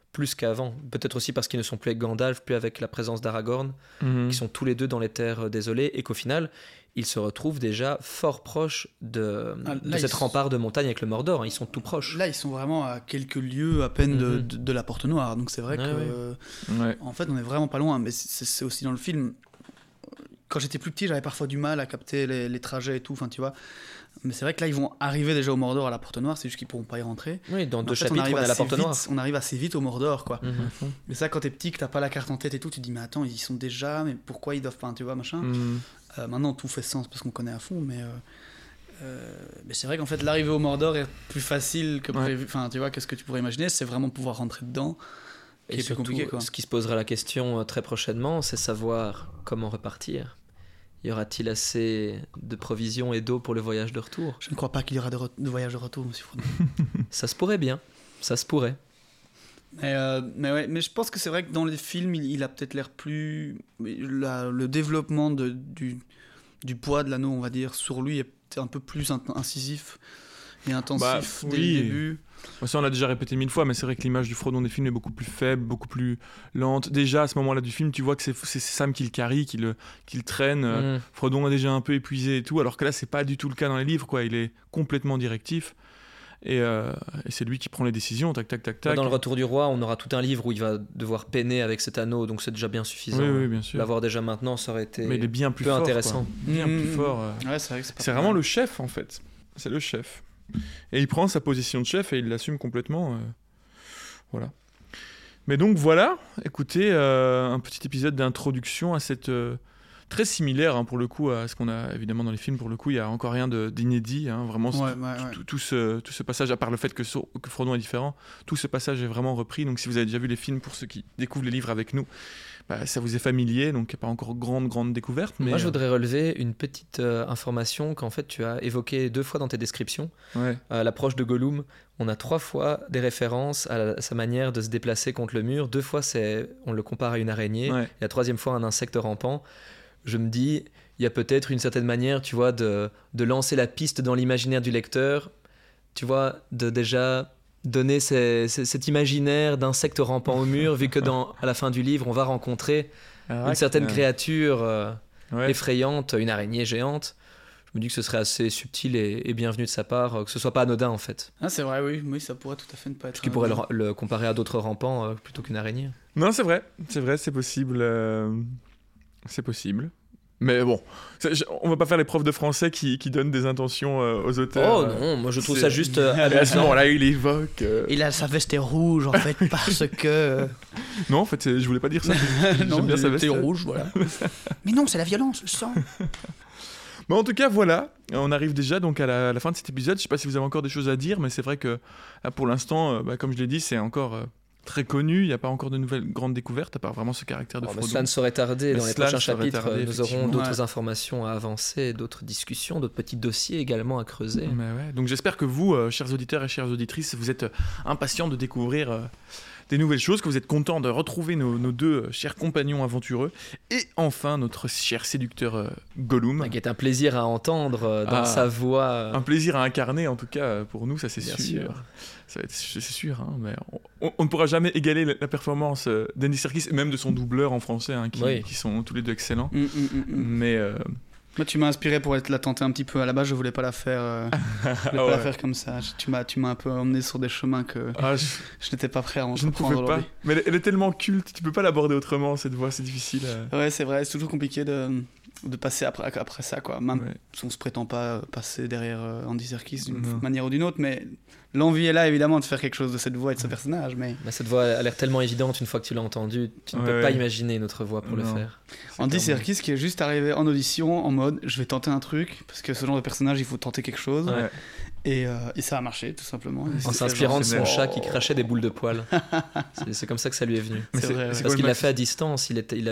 S2: plus qu'avant. Peut-être aussi parce qu'ils ne sont plus avec Gandalf, plus avec la présence d'Aragorn, qui sont tous les deux dans les terres désolées, et qu'au final, ils se retrouvent déjà fort proches de cette rempart de montagne avec le Mordor. Ils sont tout proches.
S3: Là, ils sont vraiment à quelques lieues à peine de la Porte Noire. Donc c'est vrai en fait, on est vraiment pas loin. Mais c'est aussi dans le film. Quand j'étais plus petit, j'avais parfois du mal à capter les trajets et tout. Enfin, tu vois. Mais c'est vrai que là, ils vont arriver déjà au Mordor à la Porte Noire, c'est juste qu'ils pourront pas y rentrer.
S2: Oui, dans 2 chapitres, on est à la Porte Noire.
S3: On arrive assez vite au Mordor, quoi. Mais ça, quand t'es petit, que t'as pas la carte en tête et tout, tu te dis, mais attends, ils y sont déjà, mais pourquoi ils doivent pas, tu vois, machin. Maintenant, tout fait sens parce qu'on connaît à fond, mais c'est vrai qu'en fait, l'arrivée au Mordor est plus facile que prévu. Enfin, tu vois, qu'est-ce que tu pourrais imaginer, c'est vraiment pouvoir rentrer dedans.
S2: Et surtout, plus compliqué, quoi. Ce qui se posera la question très prochainement, c'est savoir comment repartir. Y aura-t-il assez de provisions et d'eau pour le voyage de retour ?
S3: Je ne crois pas qu'il y aura de voyage de retour, monsieur Frodon.
S2: Ça se pourrait bien, ça se pourrait.
S3: Mais je pense que c'est vrai que dans les films, il a peut-être l'air plus... le développement du poids de l'anneau, on va dire, sur lui est peut-être un peu plus incisif et intensif dès le début.
S1: Ça, on l'a déjà répété 1000 fois, mais c'est vrai que l'image du Frodon des films est beaucoup plus faible, beaucoup plus lente. Déjà, à ce moment-là du film, tu vois que c'est Sam qui le carry, qui le traîne. Frodon est déjà un peu épuisé et tout, alors que là, c'est pas du tout le cas dans les livres, quoi. Il est complètement directif. Et c'est lui qui prend les décisions, tac, tac, tac, tac.
S2: Dans le Retour du Roi, on aura tout un livre où il va devoir peiner avec cet anneau, donc c'est déjà bien suffisant.
S1: Oui, bien sûr.
S2: L'avoir déjà maintenant, ça aurait été
S1: mais il est bien plus
S2: peu
S1: fort,
S2: intéressant.
S1: Bien plus fort.
S3: Ouais, c'est vrai que
S1: c'est vraiment le chef, en fait. C'est le chef. Et il prend sa position de chef et il l'assume complètement. Voilà. Mais donc voilà, écoutez, un petit épisode d'introduction à cette... très similaire pour le coup à ce qu'on a évidemment dans les films. Pour le coup, il n'y a encore rien d'inédit. Vraiment, tout ce passage, à part le fait que Frodon est différent, tout ce passage est vraiment repris. Donc si vous avez déjà vu les films, pour ceux qui découvrent les livres avec nous, ça vous est familier, donc il n'y a pas encore grande découverte. Mais
S2: moi, je voudrais relever une petite information qu'en fait tu as évoquée 2 fois dans tes descriptions. L'approche de Gollum, on a 3 fois des références à sa manière de se déplacer contre le mur. 2 fois, on le compare à une araignée. Et la 3e fois, un insecte rampant. Je me dis, il y a peut-être une certaine manière, tu vois, de lancer la piste dans l'imaginaire du lecteur, tu vois, de déjà donner cet imaginaire d'insecte rampant au mur, vu que à la fin du livre, on va rencontrer une certaine créature effrayante, une araignée géante. Je me dis que ce serait assez subtil et bienvenu de sa part, que ce soit pas anodin en fait.
S3: Ah, c'est vrai, oui, ça pourrait tout à fait ne pas être...
S2: Parce qu'il pourrait le comparer à d'autres rampants plutôt qu'une araignée.
S1: Non, c'est vrai, c'est possible. C'est possible. Mais bon, on va pas faire les profs de français qui donnent des intentions aux auteurs.
S2: Oh non, moi je trouve ça juste...
S1: à ce moment-là, il évoque...
S3: Il a sa veste est rouge, en fait, parce que...
S1: Non, en fait, je voulais pas dire ça.
S3: Non, bien sa veste est rouge, voilà. Mais non, c'est la violence, le sang.
S1: Bon, en tout cas, voilà, on arrive déjà donc à la fin de cet épisode. Je sais pas si vous avez encore des choses à dire, mais c'est vrai que là, pour l'instant, comme je l'ai dit, c'est encore... très connu, il n'y a pas encore de nouvelles grandes découvertes, à part vraiment ce caractère de Frodon.
S2: Cela ne saurait tarder, dans les prochains chapitres, nous aurons d'autres informations à avancer, d'autres discussions, d'autres petits dossiers également à creuser.
S1: Donc j'espère que vous, chers auditeurs et chères auditrices, vous êtes impatients de découvrir des nouvelles choses, que vous êtes contents de retrouver nos 2 chers compagnons aventureux, et enfin notre cher séducteur Gollum.
S2: Qui est un plaisir à entendre dans sa voix.
S1: Un plaisir à incarner, en tout cas, pour nous, ça c'est
S2: bien
S1: sûr. C'est sûr, mais on ne pourra jamais égaler la performance d'Andy Serkis et même de son doubleur en français, qui sont tous les 2 excellents. Mais
S3: moi, tu m'as inspiré pour la tenter un petit peu. À la base, je voulais pas la faire, la faire comme ça. Tu m'as un peu emmené sur des chemins que je n'étais pas prêt à entreprendre.
S1: Je ne pouvais pas. Mais elle est tellement culte, tu peux pas l'aborder autrement cette voix, c'est difficile.
S3: Ouais, c'est vrai, c'est toujours compliqué de passer après ça, quoi. Même si on se prétend pas passer derrière Andy Serkis d'une manière ou d'une autre, mais l'envie est là évidemment de faire quelque chose de cette voix et de ce personnage. Mais
S2: cette voix a l'air tellement évidente une fois que tu l'as entendue, tu ne peux pas imaginer une autre voix pour le faire.
S3: Andy Serkis qui est juste arrivé en audition en mode je vais tenter un truc, parce que ce genre de personnage il faut tenter quelque chose. Et ça a marché tout simplement.
S2: En s'inspirant de son chat qui crachait des boules de poils. c'est comme ça que ça lui est venu.
S3: C'est vrai,
S2: parce qu'il l'a fait à distance, il avait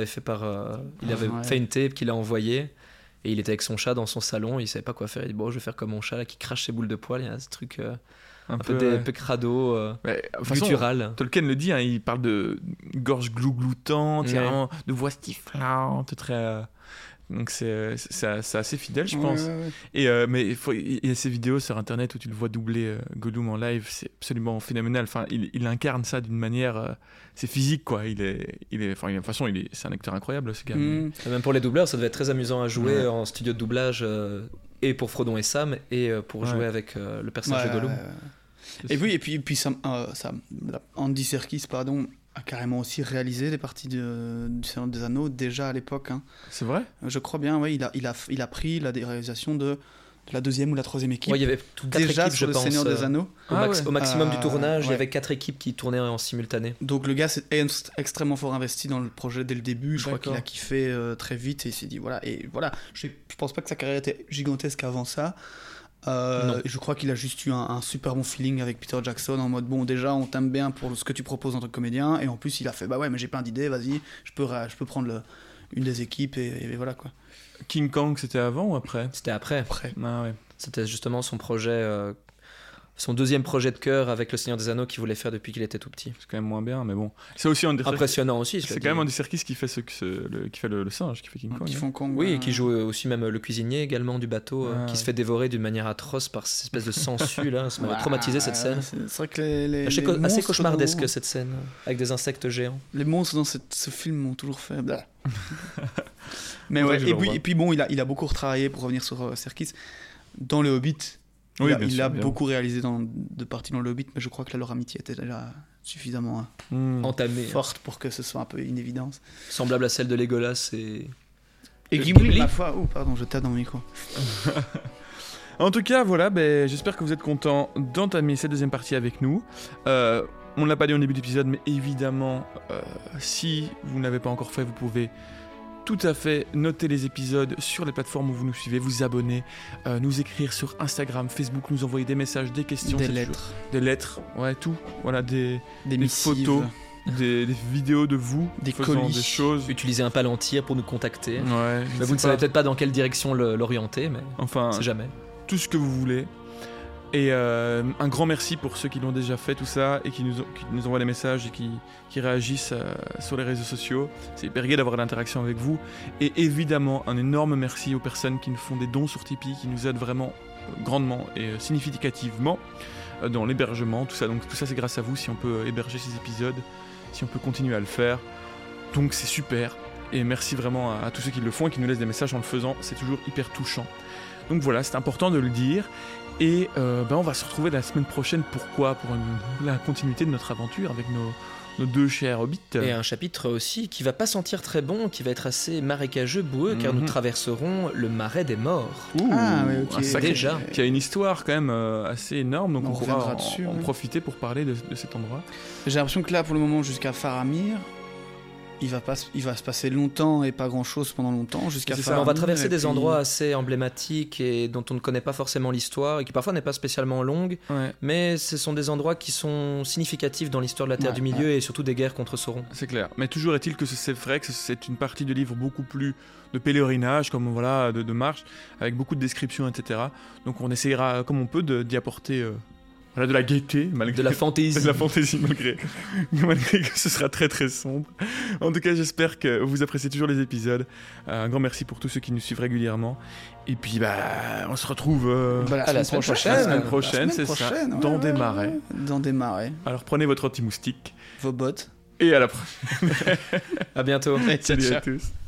S2: fait une tape qu'il a envoyée. Et il était avec son chat dans son salon, il savait pas quoi faire. Il dit bon, je vais faire comme mon chat là, qui crache ses boules de poils. Il y a ce truc un peu crado, guttural.
S1: Tolkien le dit, il parle de gorge gloutante, de voix stiflante, Donc c'est assez fidèle, je pense.
S3: Ouais.
S1: Et mais il y a ces vidéos sur internet où tu le vois doubler Gollum en live, c'est absolument phénoménal. Enfin, il incarne ça d'une manière, c'est physique quoi. Enfin, de toute façon, c'est un acteur incroyable ce gars.
S2: Et même pour les doubleurs, ça devait être très amusant à jouer en studio de doublage et pour Frodon et Sam et pour jouer avec le personnage de Gollum.
S3: Et oui, et puis Andy Serkis, pardon, a carrément aussi réalisé des parties du Seigneur des Anneaux déjà à l'époque. Hein.
S1: C'est vrai ?
S3: Je crois bien, oui. Il a pris la réalisation de la deuxième ou la troisième équipe.
S2: Ouais, il y avait
S3: déjà
S2: 4 équipes,
S3: sur
S2: je
S3: le
S2: pense.
S3: Seigneur des Anneaux.
S2: Au maximum du tournage, il y
S3: ouais.
S2: avait 4 équipes qui tournaient en simultané.
S3: Donc le gars s'est extrêmement fort investi dans le projet dès le début. Je crois qu'il a kiffé très vite et il s'est dit voilà. Et voilà, je pense pas que sa carrière était gigantesque avant ça. Je crois qu'il a juste eu un super bon feeling avec Peter Jackson en mode bon, déjà on t'aime bien pour ce que tu proposes en tant que comédien, et en plus il a fait bah ouais, mais j'ai plein d'idées, vas-y, je peux prendre une des équipes et voilà quoi.
S1: King Kong, c'était avant ou après ?
S2: C'était après.
S1: Ah ouais.
S2: C'était justement son projet, son deuxième projet de cœur avec le Seigneur des Anneaux qu'il voulait faire depuis qu'il était tout petit.
S1: C'est quand même moins bien, mais bon. C'est aussi
S2: impressionnant aussi.
S1: C'est quand même Andy Serkis qui fait le singe, qui fait King Kong.
S3: Qui font Kong.
S2: Oui, et qui joue aussi même le cuisinier également du bateau, qui se fait dévorer d'une manière atroce par cette espèce de sangsue là. Ça m'avait traumatisé cette scène.
S3: C'est vrai que les
S2: assez cauchemardesque cette scène avec des insectes géants.
S3: Les monstres dans ce film m'ont toujours fait. Mais ouais. Et puis bon, il a beaucoup retravaillé pour revenir sur Serkis dans le Hobbit. Il a beaucoup réalisé de parties dans le Hobbit, mais je crois que là, leur amitié était déjà suffisamment
S2: entamée,
S3: forte pour que ce soit un peu une évidence.
S2: Semblable à celle de Legolas et
S3: Gimli, ma foi. Oh, pardon, je tape dans mon micro.
S1: En tout cas, voilà, j'espère que vous êtes contents d'entamer cette deuxième partie avec nous. On ne l'a pas dit au début de l'épisode, mais évidemment, si vous ne l'avez pas encore fait, vous pouvez tout à fait noter les épisodes sur les plateformes où vous nous suivez, vous abonner, nous écrire sur Instagram, Facebook, nous envoyer des messages, des questions, des lettres, ouais, tout, voilà, des photos, des vidéos de vous,
S3: des
S1: faisant
S3: colis,
S1: des choses.
S2: Utiliser un Palantir pour nous contacter.
S1: Ouais,
S2: mais vous ne savez peut-être pas dans quelle direction l'orienter, mais
S1: enfin,
S2: c'est jamais.
S1: Tout ce que vous voulez. Et un grand merci pour ceux qui l'ont déjà fait, tout ça, et qui nous envoient des messages et qui réagissent sur les réseaux sociaux. C'est hyper gai d'avoir l'interaction avec vous. Et évidemment, un énorme merci aux personnes qui nous font des dons sur Tipeee, qui nous aident vraiment grandement et significativement dans l'hébergement, tout ça. Donc tout ça, c'est grâce à vous si on peut héberger ces épisodes, si on peut continuer à le faire. Donc c'est super. Et merci vraiment à tous ceux qui le font et qui nous laissent des messages en le faisant. C'est toujours hyper touchant. Donc voilà, c'est important de le dire. Et on va se retrouver la semaine prochaine. Pourquoi ? Pour la continuité de notre aventure avec nos deux chers hobbits.
S2: Et un chapitre aussi qui va pas sentir très bon, qui va être assez marécageux, boueux, car nous traverserons le marais des morts.
S1: Ouh,
S2: déjà.
S1: Qui a une histoire quand même assez énorme, donc on pourra en profiter pour parler de cet endroit.
S3: J'ai l'impression que là, pour le moment, jusqu'à Faramir, il va se passer longtemps et pas grand chose pendant longtemps jusqu'à Faramir.
S2: On va traverser des endroits assez emblématiques et dont on ne connaît pas forcément l'histoire et qui parfois n'est pas spécialement longue, mais ce sont des endroits qui sont significatifs dans l'histoire de la Terre du Milieu et surtout des guerres contre Sauron.
S1: C'est clair, mais toujours est-il que c'est vrai que c'est une partie de livre beaucoup plus de pèlerinage, comme voilà, de marche, avec beaucoup de descriptions, etc. Donc on essayera comme on peut d'y apporter de la gaieté,
S2: de la fantaisie.
S1: De la fantaisie, malgré que ce sera très très sombre. En tout cas, j'espère que vous appréciez toujours les épisodes. Un grand merci pour tous ceux qui nous suivent régulièrement. Et puis, on se retrouve
S2: à la semaine prochaine.
S1: La semaine prochaine, c'est ça. Dans des marais.
S3: Dans des marais.
S1: Alors, prenez votre anti-moustique.
S3: Vos bottes.
S1: Et à la prochaine.
S2: À bientôt.
S1: Salut à tous.